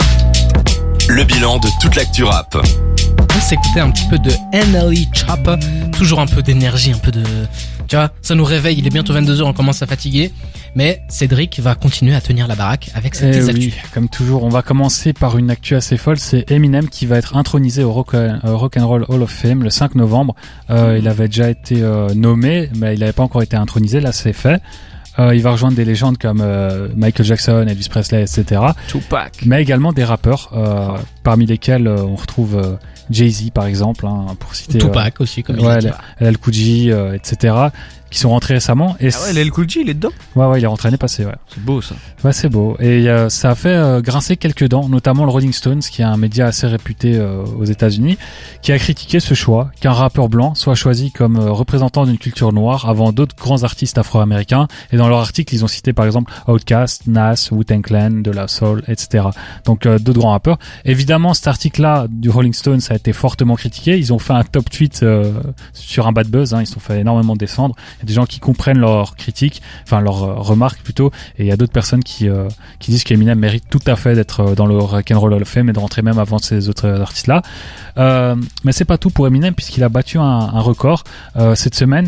Speaker 1: Le bilan de toute l'actu rap.
Speaker 2: On s'écoutait un petit peu de NLE Choppa. Toujours un peu d'énergie, un peu de... Tu vois, ça nous réveille. Il est bientôt 22h, on commence à fatiguer. Mais Cédric va continuer à tenir la baraque avec ses petites actus.
Speaker 3: Comme toujours, on va commencer par une actu assez folle. C'est Eminem qui va être intronisé au Rock and Roll Hall of Fame le 5 novembre. Il avait déjà été nommé, mais il n'avait pas encore été intronisé. Là, c'est fait. Il va rejoindre des légendes comme Michael Jackson, Elvis Presley, etc.
Speaker 4: Tupac.
Speaker 3: Mais également des rappeurs, parmi lesquels on retrouve Jay-Z par exemple, hein, pour citer
Speaker 2: Tupac aussi, comme il a dit.
Speaker 3: LL Cool J, etc. qui sont rentrés récemment. Et
Speaker 4: ah ouais, LL Cool J, il est dedans.
Speaker 3: Ouais, il est rentré l'année passée, ouais.
Speaker 4: C'est beau ça.
Speaker 3: Ouais, c'est beau. Et ça a fait grincer quelques dents, notamment le Rolling Stones, qui est un média assez réputé aux États-Unis, qui a critiqué ce choix qu'un rappeur blanc soit choisi comme représentant d'une culture noire avant d'autres grands artistes afro-américains. Et dans leur article, ils ont cité par exemple Outkast, Nas, Wu-Tang Clan, De La Soul, etc. Donc d'autres grands rappeurs. Évidemment, cet article-là du Rolling Stones a été fortement critiqué. Ils ont fait un top tweet sur un bad buzz. Hein. Ils se sont fait énormément descendre. Il y a des gens qui comprennent leurs critiques, enfin leurs remarques plutôt, et il y a d'autres personnes qui disent qu'Eminem mérite tout à fait d'être dans le Rock and Roll Hall of Fame et de rentrer même avant ces autres artistes-là. Mais c'est pas tout pour Eminem puisqu'il a battu un record cette semaine.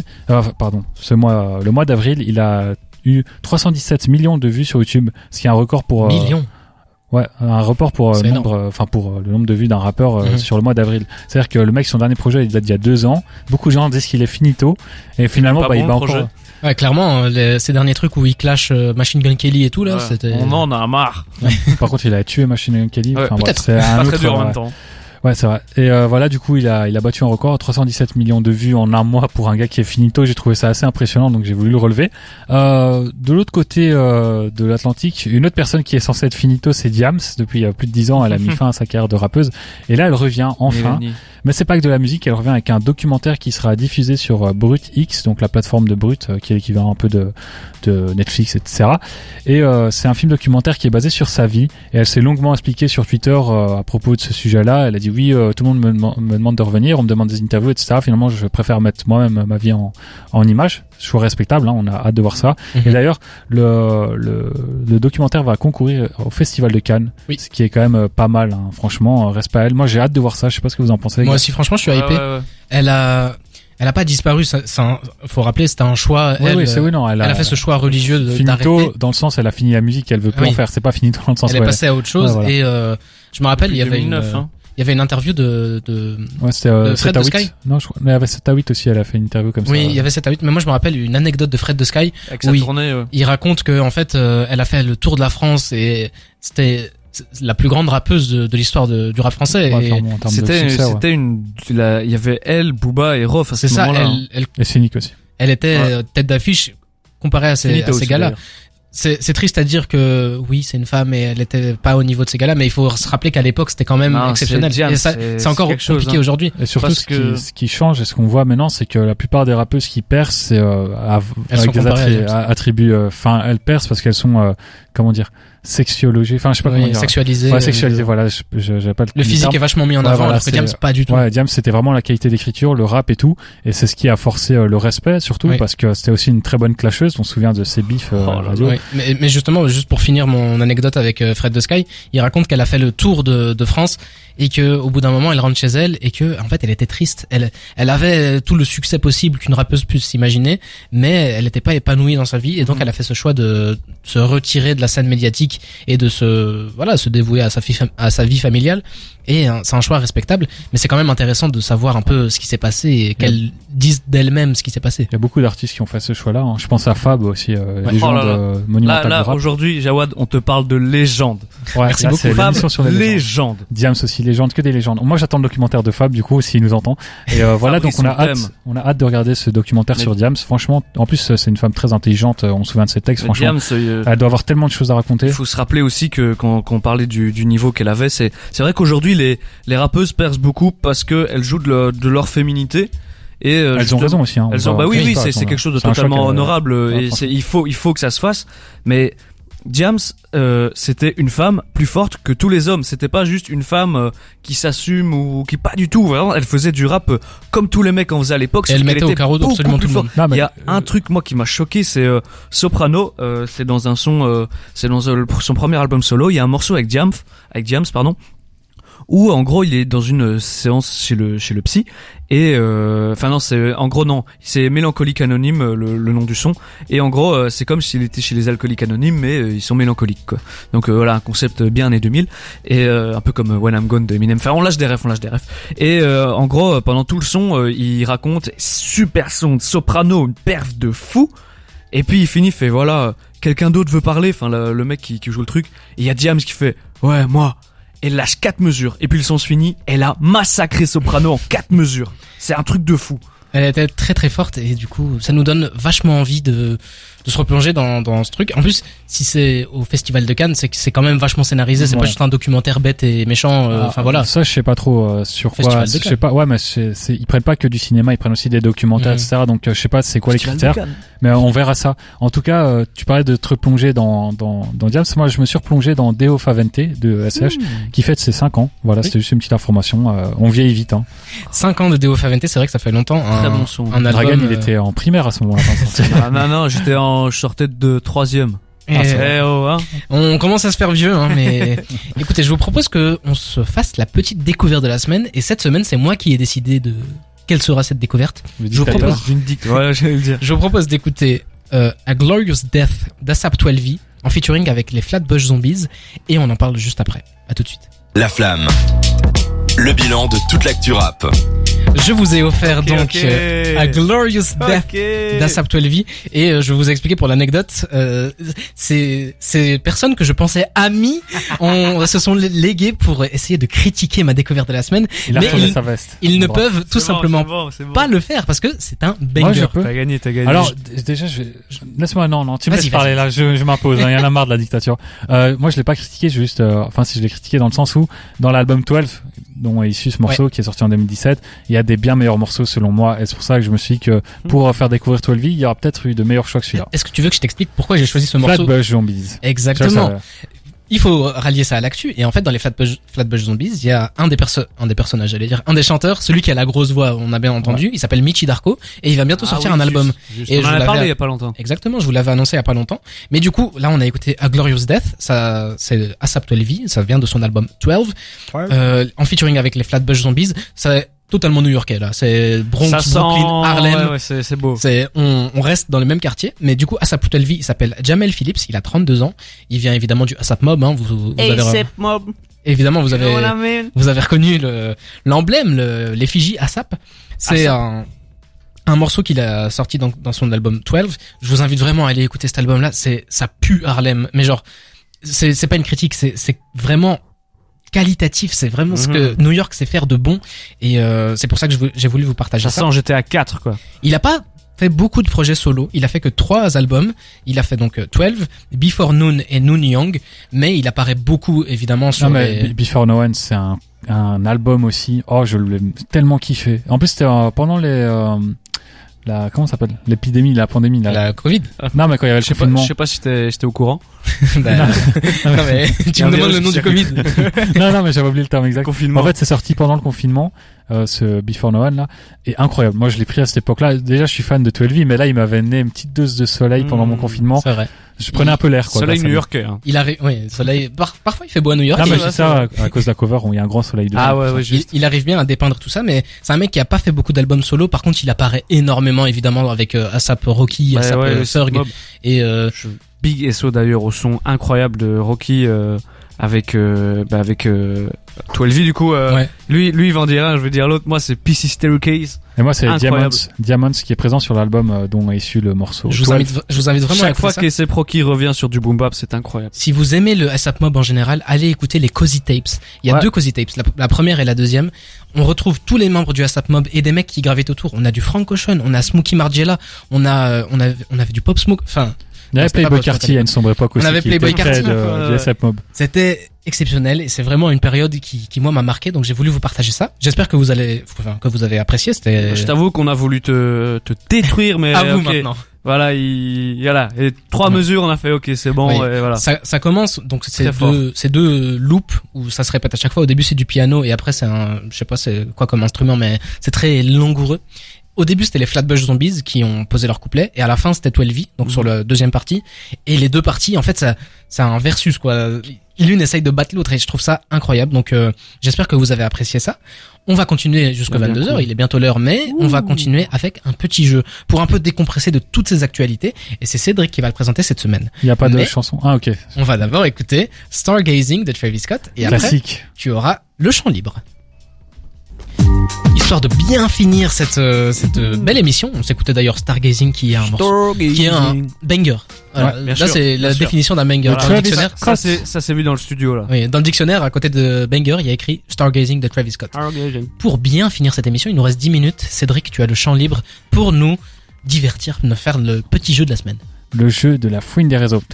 Speaker 3: Le mois d'avril, il a eu 317 millions de vues sur YouTube, ce qui est un record pour
Speaker 2: millions.
Speaker 3: Ouais, un report pour le nombre de vues d'un rappeur sur le mois d'avril. C'est-à-dire que le mec, son dernier projet, il date d'il y a 2 ans. Beaucoup de gens disent qu'il est finito, et finalement, il bat encore.
Speaker 2: Ouais, clairement, ces derniers trucs où il clash Machine Gun Kelly et tout là, c'était.
Speaker 4: On en a marre.
Speaker 3: Par contre, il a tué Machine Gun Kelly.
Speaker 2: Ouais, peut-être.
Speaker 3: C'est un
Speaker 4: pas
Speaker 3: autre,
Speaker 4: très dur en même temps.
Speaker 3: Ouais, c'est vrai. Et voilà, du coup, il a battu un record, 317 millions de vues en un mois pour un gars qui est finito. J'ai trouvé ça assez impressionnant, donc j'ai voulu le relever. De l'autre côté de l'Atlantique, une autre personne qui est censée être finito, c'est Diams. Depuis plus de 10 ans, elle a mis fin à sa carrière de rappeuse. Et là, elle revient enfin. Mais c'est pas que de la musique, elle revient avec un documentaire qui sera diffusé sur Brut X, donc la plateforme de Brut, qui est l'équivalent un peu de Netflix, etc. Et c'est un film documentaire qui est basé sur sa vie. Et elle s'est longuement expliquée sur Twitter à propos de ce sujet-là. Elle a dit oui, tout le monde me demande de revenir, on me demande des interviews, etc. Finalement, je préfère mettre moi-même ma vie en image. Choix respectable, hein, on a hâte de voir ça. Et d'ailleurs, le documentaire va concourir au Festival de Cannes, ce qui est quand même pas mal, hein. Franchement, respect à elle. Moi, j'ai hâte de voir ça. Je sais pas ce que vous en pensez.
Speaker 2: Moi aussi, franchement, je suis hypé. Ouais. Elle a pas disparu. Faut rappeler, c'était un choix. Elle a fait ce choix religieux d'arrêter.
Speaker 3: Finito, dans le sens, elle a fini la musique, elle veut plus en faire. C'est pas finito dans le sens.
Speaker 2: Elle est passée à autre chose. Et je me rappelle, il y avait
Speaker 4: 2009,
Speaker 2: il y avait une interview de Fred de Sky.
Speaker 3: Non, je crois. Il y avait 7 à 8 aussi, elle a fait une interview comme ça.
Speaker 2: Oui, il y avait 7 à 8. Mais moi, je me rappelle une anecdote de Fred de Sky où il raconte que, en fait, elle a fait le tour de la France et c'était la plus grande rappeuse de l'histoire du rap français.
Speaker 3: Ouais,
Speaker 4: il y avait elle, Booba et Rof à ce moment-là.
Speaker 3: Et Cynic aussi.
Speaker 2: Elle était tête d'affiche comparée à ces gars-là. C'est triste à dire que oui, c'est une femme et elle était pas au niveau de ces gars-là, mais il faut se rappeler qu'à l'époque c'était quand même exceptionnel. Et ça, c'est encore compliqué aujourd'hui.
Speaker 3: Et surtout, ce qui change et ce qu'on voit maintenant, c'est que la plupart des rappeuses qui percent, c'est avec des attributs. Enfin, elles percent parce qu'elles sont sexualisées. Enfin, je sais pas comment dire.
Speaker 2: Sexualisées.
Speaker 3: Ouais, sexualisées. Voilà, j'ai pas
Speaker 2: le physique est vachement mis en avant, alors que Diams pas du tout.
Speaker 3: Ouais, Diams c'était vraiment la qualité d'écriture, le rap et tout, et c'est ce qui a forcé le respect surtout parce que c'était aussi une très bonne clasheuse. On se souvient de ses bifs radio.
Speaker 2: Ouais. Mais justement, juste pour finir mon anecdote avec Fred de Sky, il raconte qu'elle a fait le tour de France et que au bout d'un moment elle rentre chez elle et que en fait elle était triste. Elle avait tout le succès possible qu'une rappeuse puisse s'imaginer, mais elle n'était pas épanouie dans sa vie et donc elle a fait ce choix de se retirer de la scène médiatique musique et de se dévouer à sa vie familiale. Et c'est un choix respectable, mais c'est quand même intéressant de savoir un peu ce qui s'est passé et qu'elles disent d'elles-mêmes ce qui s'est passé.
Speaker 3: Il y a beaucoup d'artistes qui ont fait ce choix-là. Hein. Je pense à Fab aussi, légende monumentale.
Speaker 4: Là, aujourd'hui, Jawad, on te parle de légende.
Speaker 3: Ouais,
Speaker 2: merci beaucoup.
Speaker 3: Fab,
Speaker 4: sur les légendes.
Speaker 3: Diams aussi, légende, que des légendes. Moi, j'attends le documentaire de Fab, du coup, s'il nous entend. Et voilà, donc on a hâte de regarder ce documentaire sur Diams. Franchement, en plus, c'est une femme très intelligente. On se souvient de ses textes. Franchement,
Speaker 4: Diams,
Speaker 3: elle doit avoir tellement de choses à raconter.
Speaker 4: Il faut se rappeler aussi que quand on parlait du niveau qu'elle avait, c'est vrai qu'aujourd'hui les rappeuses percent beaucoup parce que elles jouent de leur féminité. Et
Speaker 3: elles ont raison aussi. Hein,
Speaker 4: oui, c'est quelque chose de totalement honorable. Et il faut que ça se fasse. Mais Diams, c'était une femme plus forte que tous les hommes. C'était pas juste une femme qui s'assume ou qui pas du tout. Vraiment, elle faisait du rap comme tous les mecs en faisaient à l'époque.
Speaker 2: Elle mettait au carreau absolument tout le monde.
Speaker 4: Il y a un truc moi qui m'a choqué, c'est Soprano. C'est dans un son, c'est dans son premier album solo. Il y a un morceau avec Diams, où en gros il est dans une séance chez le psy et c'est Mélancolique Anonyme le nom du son, et en gros c'est comme s'il était chez les Alcooliques Anonymes mais ils sont mélancoliques quoi. Donc voilà, un concept bien années 2000 et un peu comme When I'm Gone de Eminem. Enfin on lâche des refs et en gros pendant tout le son il raconte super son de soprano, une perf de fou. Et puis il finit, fait voilà, quelqu'un d'autre veut parler, enfin le mec qui joue le truc, et il y a Diams qui fait ouais moi. Elle lâche 4 mesures. Et puis le son se finit. Elle a massacré Soprano en 4 mesures. C'est un truc de fou.
Speaker 2: Elle était très très forte et du coup ça nous donne vachement envie de se replonger dans ce truc. En plus, si c'est au Festival de Cannes, c'est que c'est quand même vachement scénarisé, c'est pas juste un documentaire bête et méchant. Enfin voilà.
Speaker 3: Ça je sais pas trop sur quoi. Je sais pas. Ouais, mais ils prennent pas que du cinéma, ils prennent aussi des documentaires, etc. Donc je sais pas c'est quoi les critères. Mais on verra ça. En tout cas, tu parlais de te replonger dans Diams. Moi, je me suis replongé dans Deo Favente de SCH qui fête ses 5 ans. Voilà, c'était juste une petite information. On vieillit vite. Hein.
Speaker 2: 5 ans de Deo Favente, c'est vrai que ça fait longtemps.
Speaker 4: Très bon son.
Speaker 2: Un album,
Speaker 3: Dragan, il était en primaire à ce moment-là.
Speaker 4: Non, je sortais de 3e.
Speaker 2: On commence à se faire vieux, hein, mais écoutez, je vous propose que on se fasse la petite découverte de la semaine. Et cette semaine, c'est moi qui ai décidé de quelle sera cette découverte. Je vous propose d'écouter A Glorious Death d'Asap 12V en featuring avec les Flatbush Zombies, et on en parle juste après. À tout de suite.
Speaker 1: La Flamme. Le bilan de toute l'actu rap.
Speaker 2: Je vous ai offert A Glorious Death d'Asap 12V, et je vais vous expliquer pour l'anecdote. Ces personnes que je pensais amies se sont léguées pour essayer de critiquer ma découverte de la semaine, mais ils ne peuvent tout simplement pas le faire parce que c'est un banger.
Speaker 3: Moi, je peux.
Speaker 4: T'as gagné.
Speaker 3: Alors déjà, laisse-moi tu me laisses parler là. Je m'impose. Il y en a marre de la dictature. Moi, je l'ai pas critiqué. Juste, si je l'ai critiqué dans le sens où dans l'album 12 dont est issu ce morceau qui est sorti en 2017, il y a des bien meilleurs morceaux selon moi, et c'est pour ça que je me suis dit que pour faire découvrir 12V, il y aura peut-être eu de meilleurs choix que celui-là.
Speaker 2: Est-ce que tu veux que je t'explique pourquoi j'ai choisi ce morceau?
Speaker 3: Flatbush Zombies.
Speaker 2: Exactement. Il faut rallier ça à l'actu, et en fait dans les Flatbush Zombies, il y a un des personnages, j'allais dire, un des chanteurs, celui qui a la grosse voix, on a bien entendu, il s'appelle Michi Darko, et il va bientôt sortir un album.
Speaker 4: Et on en a parlé il y a pas longtemps.
Speaker 2: Exactement, je vous l'avais annoncé il y a pas longtemps. Mais du coup, là on a écouté A Glorious Death, ça c'est Asap 12V, ça vient de son album 12, en featuring avec les Flatbush Zombies. Ça totalement new-yorkais là, c'est Bronx, Brooklyn, Harlem.
Speaker 4: Ouais, c'est beau.
Speaker 2: On reste dans le même quartier, mais du coup Asap 12V, il s'appelle Jamel Phillips, il a 32 ans, il vient évidemment du Asap Mob, hein, vous avez
Speaker 4: Mob.
Speaker 2: Évidemment vous avez reconnu l'emblème, l'effigie Asap. C'est un morceau qu'il a sorti dans son album 12. Je vous invite vraiment à aller écouter cet album là, ça pue Harlem, mais genre c'est pas une critique, c'est vraiment qualitatif, c'est vraiment ce que New York sait faire de bon, et c'est pour ça que j'ai voulu vous partager ça.
Speaker 4: J'étais à 4 quoi.
Speaker 2: Il a pas fait beaucoup de projets solo, il a fait que 3 albums, il a fait donc 12, Before Noon et Noon Young, mais il apparaît beaucoup évidemment sur
Speaker 3: Before Noon, c'est un album aussi, je l'ai tellement kiffé. En plus c'était pendant comment ça s'appelle? L'épidémie, la pandémie,
Speaker 2: la Covid.
Speaker 3: Non, mais quand il y avait le confinement.
Speaker 4: Je sais pas si j'étais au courant.
Speaker 2: Non, mais tu me demandes le nom du Covid.
Speaker 3: non, mais j'avais oublié le terme exact.
Speaker 4: Confinement.
Speaker 3: En fait, c'est sorti pendant le confinement, ce Before Noon, là. Et incroyable. Moi, je l'ai pris à cette époque-là. Déjà, je suis fan de 12V, mais là, il m'avait amené une petite dose de soleil pendant mon confinement.
Speaker 2: C'est vrai.
Speaker 3: Je prenais un peu l'air, quoi.
Speaker 4: Soleil new-yorkais, hein.
Speaker 2: Soleil, parfois il fait beau à New York.
Speaker 3: Non, mais c'est ça, à cause de la cover où il y a un grand soleil dessus.
Speaker 4: Ah ouais, juste.
Speaker 2: Il arrive bien à dépeindre tout ça, mais c'est un mec qui a pas fait beaucoup d'albums solo. Par contre, il apparaît énormément, évidemment, avec Asap Rocky, Asap Ferg. Et,
Speaker 4: big SO d'ailleurs au son incroyable de Rocky avec 12V du coup.
Speaker 2: Ouais.
Speaker 4: Lui il va en dire un, je vais dire l'autre. Moi c'est PC Staircase.
Speaker 3: Et moi c'est Diamonds qui est présent sur l'album dont est issu le morceau.
Speaker 2: Je vous invite vraiment à
Speaker 4: chaque fois
Speaker 2: ça.
Speaker 4: qu'A$AP Rocky revient sur du boom bap, c'est incroyable.
Speaker 2: Si vous aimez le ASAP Mob en général, allez écouter les Cozy Tapes. Il y a 2 Cozy Tapes, la première et la deuxième. On retrouve tous les membres du ASAP Mob et des mecs qui gravitent autour. On a du Frank Ocean, on a Smokey Margiela, on avait du Pop Smoke, enfin.
Speaker 3: Il y avait Playboy Carty à une sombre époque aussi.
Speaker 2: On avait Playboy Carty
Speaker 3: du ASAP Mob.
Speaker 2: C'était exceptionnel et c'est vraiment une période qui moi m'a marqué, donc j'ai voulu vous partager ça. J'espère que vous avez apprécié. C'était.
Speaker 4: Je t'avoue qu'on a voulu te détruire, mais
Speaker 2: à vous maintenant.
Speaker 4: Voilà, voilà. Et 3 mesures, on a fait OK, c'est bon.
Speaker 2: Oui.
Speaker 4: Et voilà.
Speaker 2: Ça commence donc c'est deux loops où ça se répète à chaque fois. Au début c'est du piano et après c'est je sais pas c'est quoi comme instrument, mais c'est très langoureux. Au début, c'était les Flatbush Zombies qui ont posé leur couplet, et à la fin, c'était 12V, donc sur la deuxième partie. Et les deux parties, en fait, ça a un versus, quoi. L'une essaye de battre l'autre, et je trouve ça incroyable. Donc, j'espère que vous avez apprécié ça. On va continuer jusqu'à 22h, cool. Il est bientôt l'heure, mais on va continuer avec un petit jeu pour un peu décompresser de toutes ces actualités. Et c'est Cédric qui va le présenter cette semaine.
Speaker 3: Il n'y a pas de chanson. Ah, ok.
Speaker 2: On va d'abord écouter Stargazing de Travis Scott, et
Speaker 3: classique.
Speaker 2: Après, tu auras le chant libre. Histoire de bien finir cette belle émission, on s'écoutait d'ailleurs Stargazing qui est un morceau, qui est un banger. Voilà.
Speaker 4: Ouais,
Speaker 2: là
Speaker 4: sûr,
Speaker 2: c'est la définition d'un banger.
Speaker 4: Voilà.
Speaker 2: Dans le dictionnaire,
Speaker 4: ça s'est vu dans le studio là.
Speaker 2: Oui, dans le dictionnaire à côté de banger, il y a écrit Stargazing de Travis Scott.
Speaker 4: Stargazing.
Speaker 2: Pour bien finir cette émission, il nous reste 10 minutes. Cédric, tu as le champ libre pour nous divertir, nous faire le petit jeu de la semaine.
Speaker 3: Le jeu de la fouine des réseaux.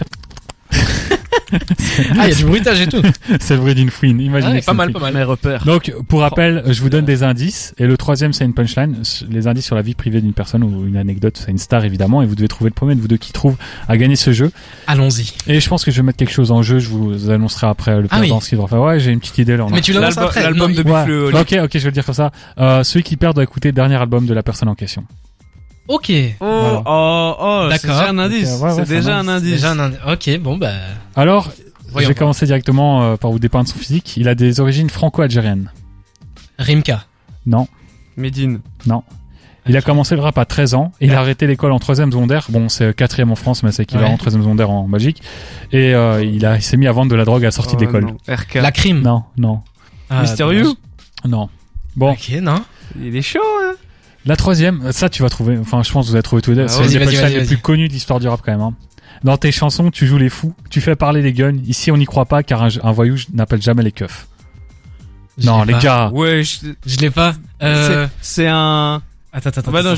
Speaker 2: Ah, il y a du bruitage et tout.
Speaker 3: C'est le bruit d'une fouine. Imaginez.
Speaker 2: Ouais, pas mal.
Speaker 4: Mes repères.
Speaker 3: Donc, pour rappel, je vous donne des indices. Et le troisième, c'est une punchline. Les indices sur la vie privée d'une personne ou une anecdote. C'est une star, évidemment. Et vous devez trouver le premier de vous deux qui trouve à gagner ce jeu.
Speaker 2: Allons-y.
Speaker 3: Et je pense que je vais mettre quelque chose en jeu. Je vous annoncerai après le perdant ce qu'il devra faire. Ouais, j'ai une petite idée là.
Speaker 2: Mais tu l'annonces après.
Speaker 4: L'album de Big Flo.
Speaker 3: Ok, je vais le dire comme ça. Celui qui perd doit écouter le dernier album de la personne en question.
Speaker 2: Ok.
Speaker 4: D'accord. C'est déjà un indice.
Speaker 3: Okay,
Speaker 4: c'est déjà un indice.
Speaker 2: Ok, bon bah.
Speaker 3: Alors,
Speaker 2: voyons,
Speaker 3: je vais commencer directement par vous dépeindre son physique. Il a des origines franco-algériennes.
Speaker 2: Rimka.
Speaker 3: Non.
Speaker 4: Medine.
Speaker 3: Non. Il a commencé le rap à 13 ans. Et il a arrêté l'école en 3e secondaire. Bon, c'est 4e en France, mais c'est équivalent 3e secondaire en Belgique. Et il s'est mis à vendre de la drogue à la sortie de l'école.
Speaker 4: RK.
Speaker 2: La crime.
Speaker 3: Non.
Speaker 4: Mystérieux.
Speaker 3: Non. Bon.
Speaker 2: Ok, non.
Speaker 4: Il est chaud, hein.
Speaker 3: La 3e, ça tu vas trouver. Enfin, je pense que vous allez trouver tout. C'est une des punchlines les plus connues de l'histoire du rap quand même. Hein. Dans tes chansons, tu joues les fous, tu fais parler les guns. Ici, on n'y croit pas car un voyou n'appelle jamais les keufs. Non, les gars.
Speaker 4: Ouais,
Speaker 2: je l'ai pas.
Speaker 4: C'est un.
Speaker 2: Attends.
Speaker 4: Bah non,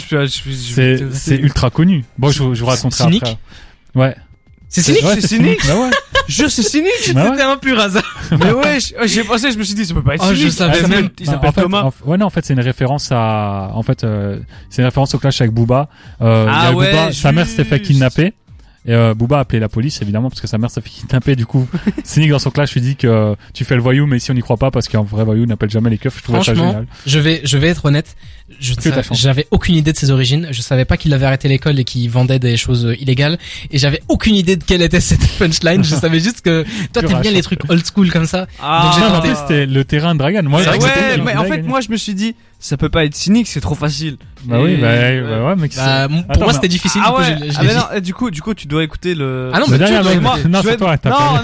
Speaker 3: c'est ultra connu. Bon, je vous raconterai
Speaker 2: Cynique
Speaker 3: après. Ouais.
Speaker 2: C'est cynique.
Speaker 4: C'est cynique.
Speaker 3: Bah ouais.
Speaker 4: Jure, c'est cynique.
Speaker 2: C'était un pur hasard.
Speaker 4: Mais ouais, j'ai pensé, je me suis dit, ça peut pas être cynique.
Speaker 2: Je savais même.
Speaker 4: Il s'appelle Thomas.
Speaker 3: En fait, c'est une référence à. En fait, c'est une référence au clash avec Booba. Booba, sa mère s'était fait kidnapper. Et Booba a appelé la police évidemment parce que sa mère s'est fait kidnapper. Du coup, Cynic dans son clash lui dit que tu fais le voyou, mais ici on n'y croit pas parce qu'un vrai voyou n'appelle jamais les keufs. Je trouve ça génial.
Speaker 2: Je vais être honnête. J'avais aucune idée de ses origines. Je savais pas qu'il avait arrêté l'école et qu'il vendait des choses illégales. Et j'avais aucune idée de quelle était cette punchline. Je savais juste que toi t'aimes bien les trucs old school comme ça.
Speaker 3: Donc j'ai tenté. C'était le terrain de Dragan. Moi,
Speaker 4: ouais, mais en fait, moi je me suis dit, ça peut pas être cynique, c'est trop facile.
Speaker 3: Bah oui, ouais, mais
Speaker 2: pour moi c'était difficile.
Speaker 4: Non, du coup, tu dois écouter le.
Speaker 2: Ah non, mais
Speaker 3: non, c'est toi.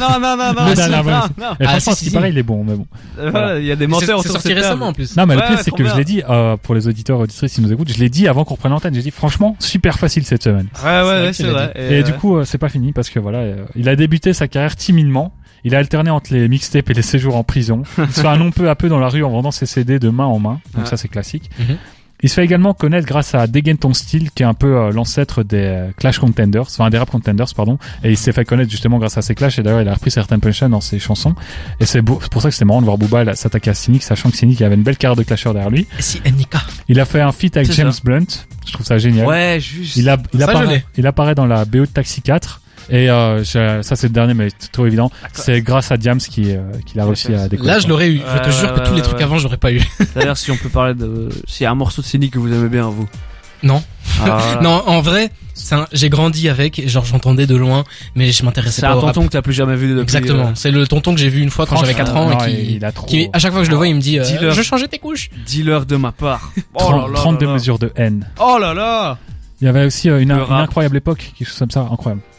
Speaker 4: Non.
Speaker 3: Et franchement, ce qui paraît, il est bon, mais bon.
Speaker 4: Il y a des menteurs.
Speaker 2: C'est sorti récemment en plus.
Speaker 3: Non, mais le pire, c'est que je l'ai dit pour les auditeurs auditrices qui nous écoutent, je l'ai dit avant qu'on reprenne l'antenne. J'ai dit franchement, super facile cette semaine.
Speaker 4: Ouais, c'est vrai.
Speaker 3: Et du coup, c'est pas fini parce que voilà, il a débuté sa carrière timidement. Il a alterné entre les mixtapes et les séjours en prison. Il se fait un nom peu à peu dans la rue en vendant ses CD de main en main. Donc ça, c'est classique. Il se fait également connaître grâce à Dégaine ton style, qui est un peu l'ancêtre des Clash Contenders, enfin des Rap Contenders, pardon. Et il s'est fait connaître justement grâce à ses clashs. Et d'ailleurs, il a repris certaines punchlines dans ses chansons. Et c'est pour ça que c'était marrant de voir Booba s'attaquer à Cynic, sachant que Cynic avait une belle carrière de clasheur derrière lui.
Speaker 2: Si Nika.
Speaker 3: Il a fait un feat avec James Blunt. Je trouve ça génial.
Speaker 4: Ouais, juste.
Speaker 3: Il apparaît dans la BO de Taxi 4. Et ça c'est le dernier, mais c'est trop évident. C'est grâce à Diams qu'il a réussi à découvrir.
Speaker 2: Là je l'aurais eu. Je te jure que tous les trucs avant j'aurais pas eu.
Speaker 4: D'ailleurs, si on peut parler s'il y a un morceau de Cynic que vous aimez bien, vous.
Speaker 2: Non. Non, en vrai, j'ai grandi avec, genre j'entendais de loin, mais je m'intéressais pas au rap.
Speaker 4: C'est un tonton que t'as plus jamais vu depuis.
Speaker 2: Exactement. C'est le tonton que j'ai vu une fois quand j'avais 4 ans et qui à chaque fois que je le vois, il me dit je changeais tes couches.
Speaker 4: Dealer de ma part.
Speaker 3: 32 mesures de haine.
Speaker 4: Oh là là.
Speaker 3: Il y avait aussi une incroyable époque, quelque chose comme ça, incroyable.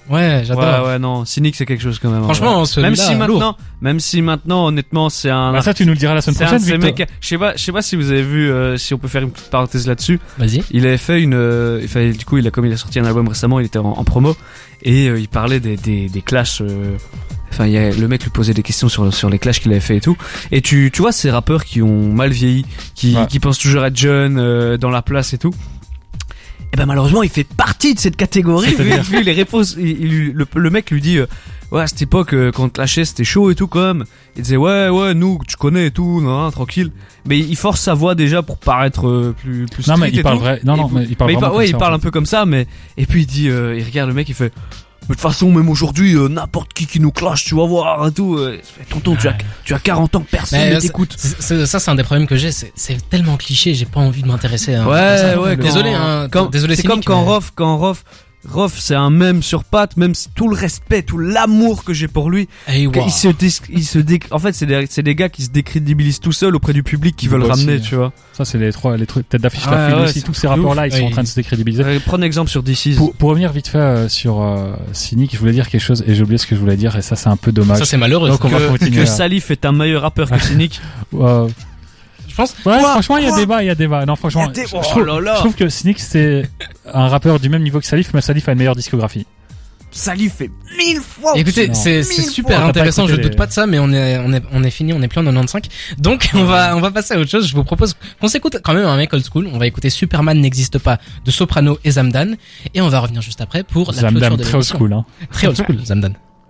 Speaker 2: Ouais, j'adore.
Speaker 4: Ouais, non, Cynic c'est quelque chose quand même.
Speaker 2: Franchement,
Speaker 4: même si maintenant, honnêtement, c'est un.
Speaker 3: Bah ça, tu nous le diras la semaine prochaine.
Speaker 4: C'est mec, je sais pas si vous avez vu, si on peut faire une petite parenthèse là-dessus.
Speaker 2: Vas-y.
Speaker 4: Il avait fait du coup, comme il a sorti un album récemment, il était en promo et il parlait des clashs. Enfin, le mec lui posait des questions sur les clashs qu'il avait fait et tout. Et tu vois ces rappeurs qui ont mal vieilli, qui pensent toujours être jeunes dans la place et tout. Et ben malheureusement, il fait partie de cette catégorie. Vu les réponses, le mec lui dit ouais, à cette époque quand on te lâchait, c'était chaud et tout quand même. Il disait ouais, nous tu connais et tout, non, tranquille. Mais il force sa voix déjà pour paraître plus
Speaker 3: non mais il parle vrai. Non mais il parle vraiment
Speaker 4: il parle un peu comme ça, mais et puis il dit il regarde le mec, il fait mais de toute façon, même aujourd'hui, n'importe qui nous clash, tu vas voir et tout. Tonton, tu as 40 ans, personne ne t'écoute.
Speaker 2: Ça, c'est un des problèmes que j'ai. C'est tellement cliché, j'ai pas envie de m'intéresser. Hein,
Speaker 4: ouais.
Speaker 2: Désolé, désolé.
Speaker 4: C'est comme quand Rof, c'est un mème sur pattes, même tout le respect, tout l'amour que j'ai pour lui.
Speaker 2: Hey, wow.
Speaker 4: En fait, c'est des gars qui se décrédibilisent tout seuls auprès du public qui veulent ramener, tu vois.
Speaker 3: Ça, c'est les trucs, tête d'affiche, la film aussi, tous ces rapports-là, ils sont en train de se décrédibiliser.
Speaker 4: Prenez exemple sur DC's.
Speaker 3: Pour revenir vite fait, sur, Cynic, je voulais dire quelque chose et j'ai oublié ce que je voulais dire et ça, c'est un peu dommage.
Speaker 2: Ça, c'est malheureux.
Speaker 3: Donc, on va continuer.
Speaker 4: Que Salif est un meilleur rappeur que Cynic.
Speaker 2: Je pense.
Speaker 3: Ouais, franchement, il y a débat. Non, franchement, je trouve que Cynic, c'est un rappeur du même niveau que Salif, mais Salif a une meilleure discographie.
Speaker 4: Salif fait 1000 fois.
Speaker 2: Écoutez, c'est super intéressant. Je doute pas de ça, mais on est fini, on est plus en 95. Donc, on va passer à autre chose. Je vous propose qu'on s'écoute quand même un mec old school. On va écouter Superman n'existe pas de Soprano et Zamdan. Et on va revenir juste après pour la clôture de l'émission.
Speaker 3: Très old school, hein.
Speaker 2: Très old school, Zamdan.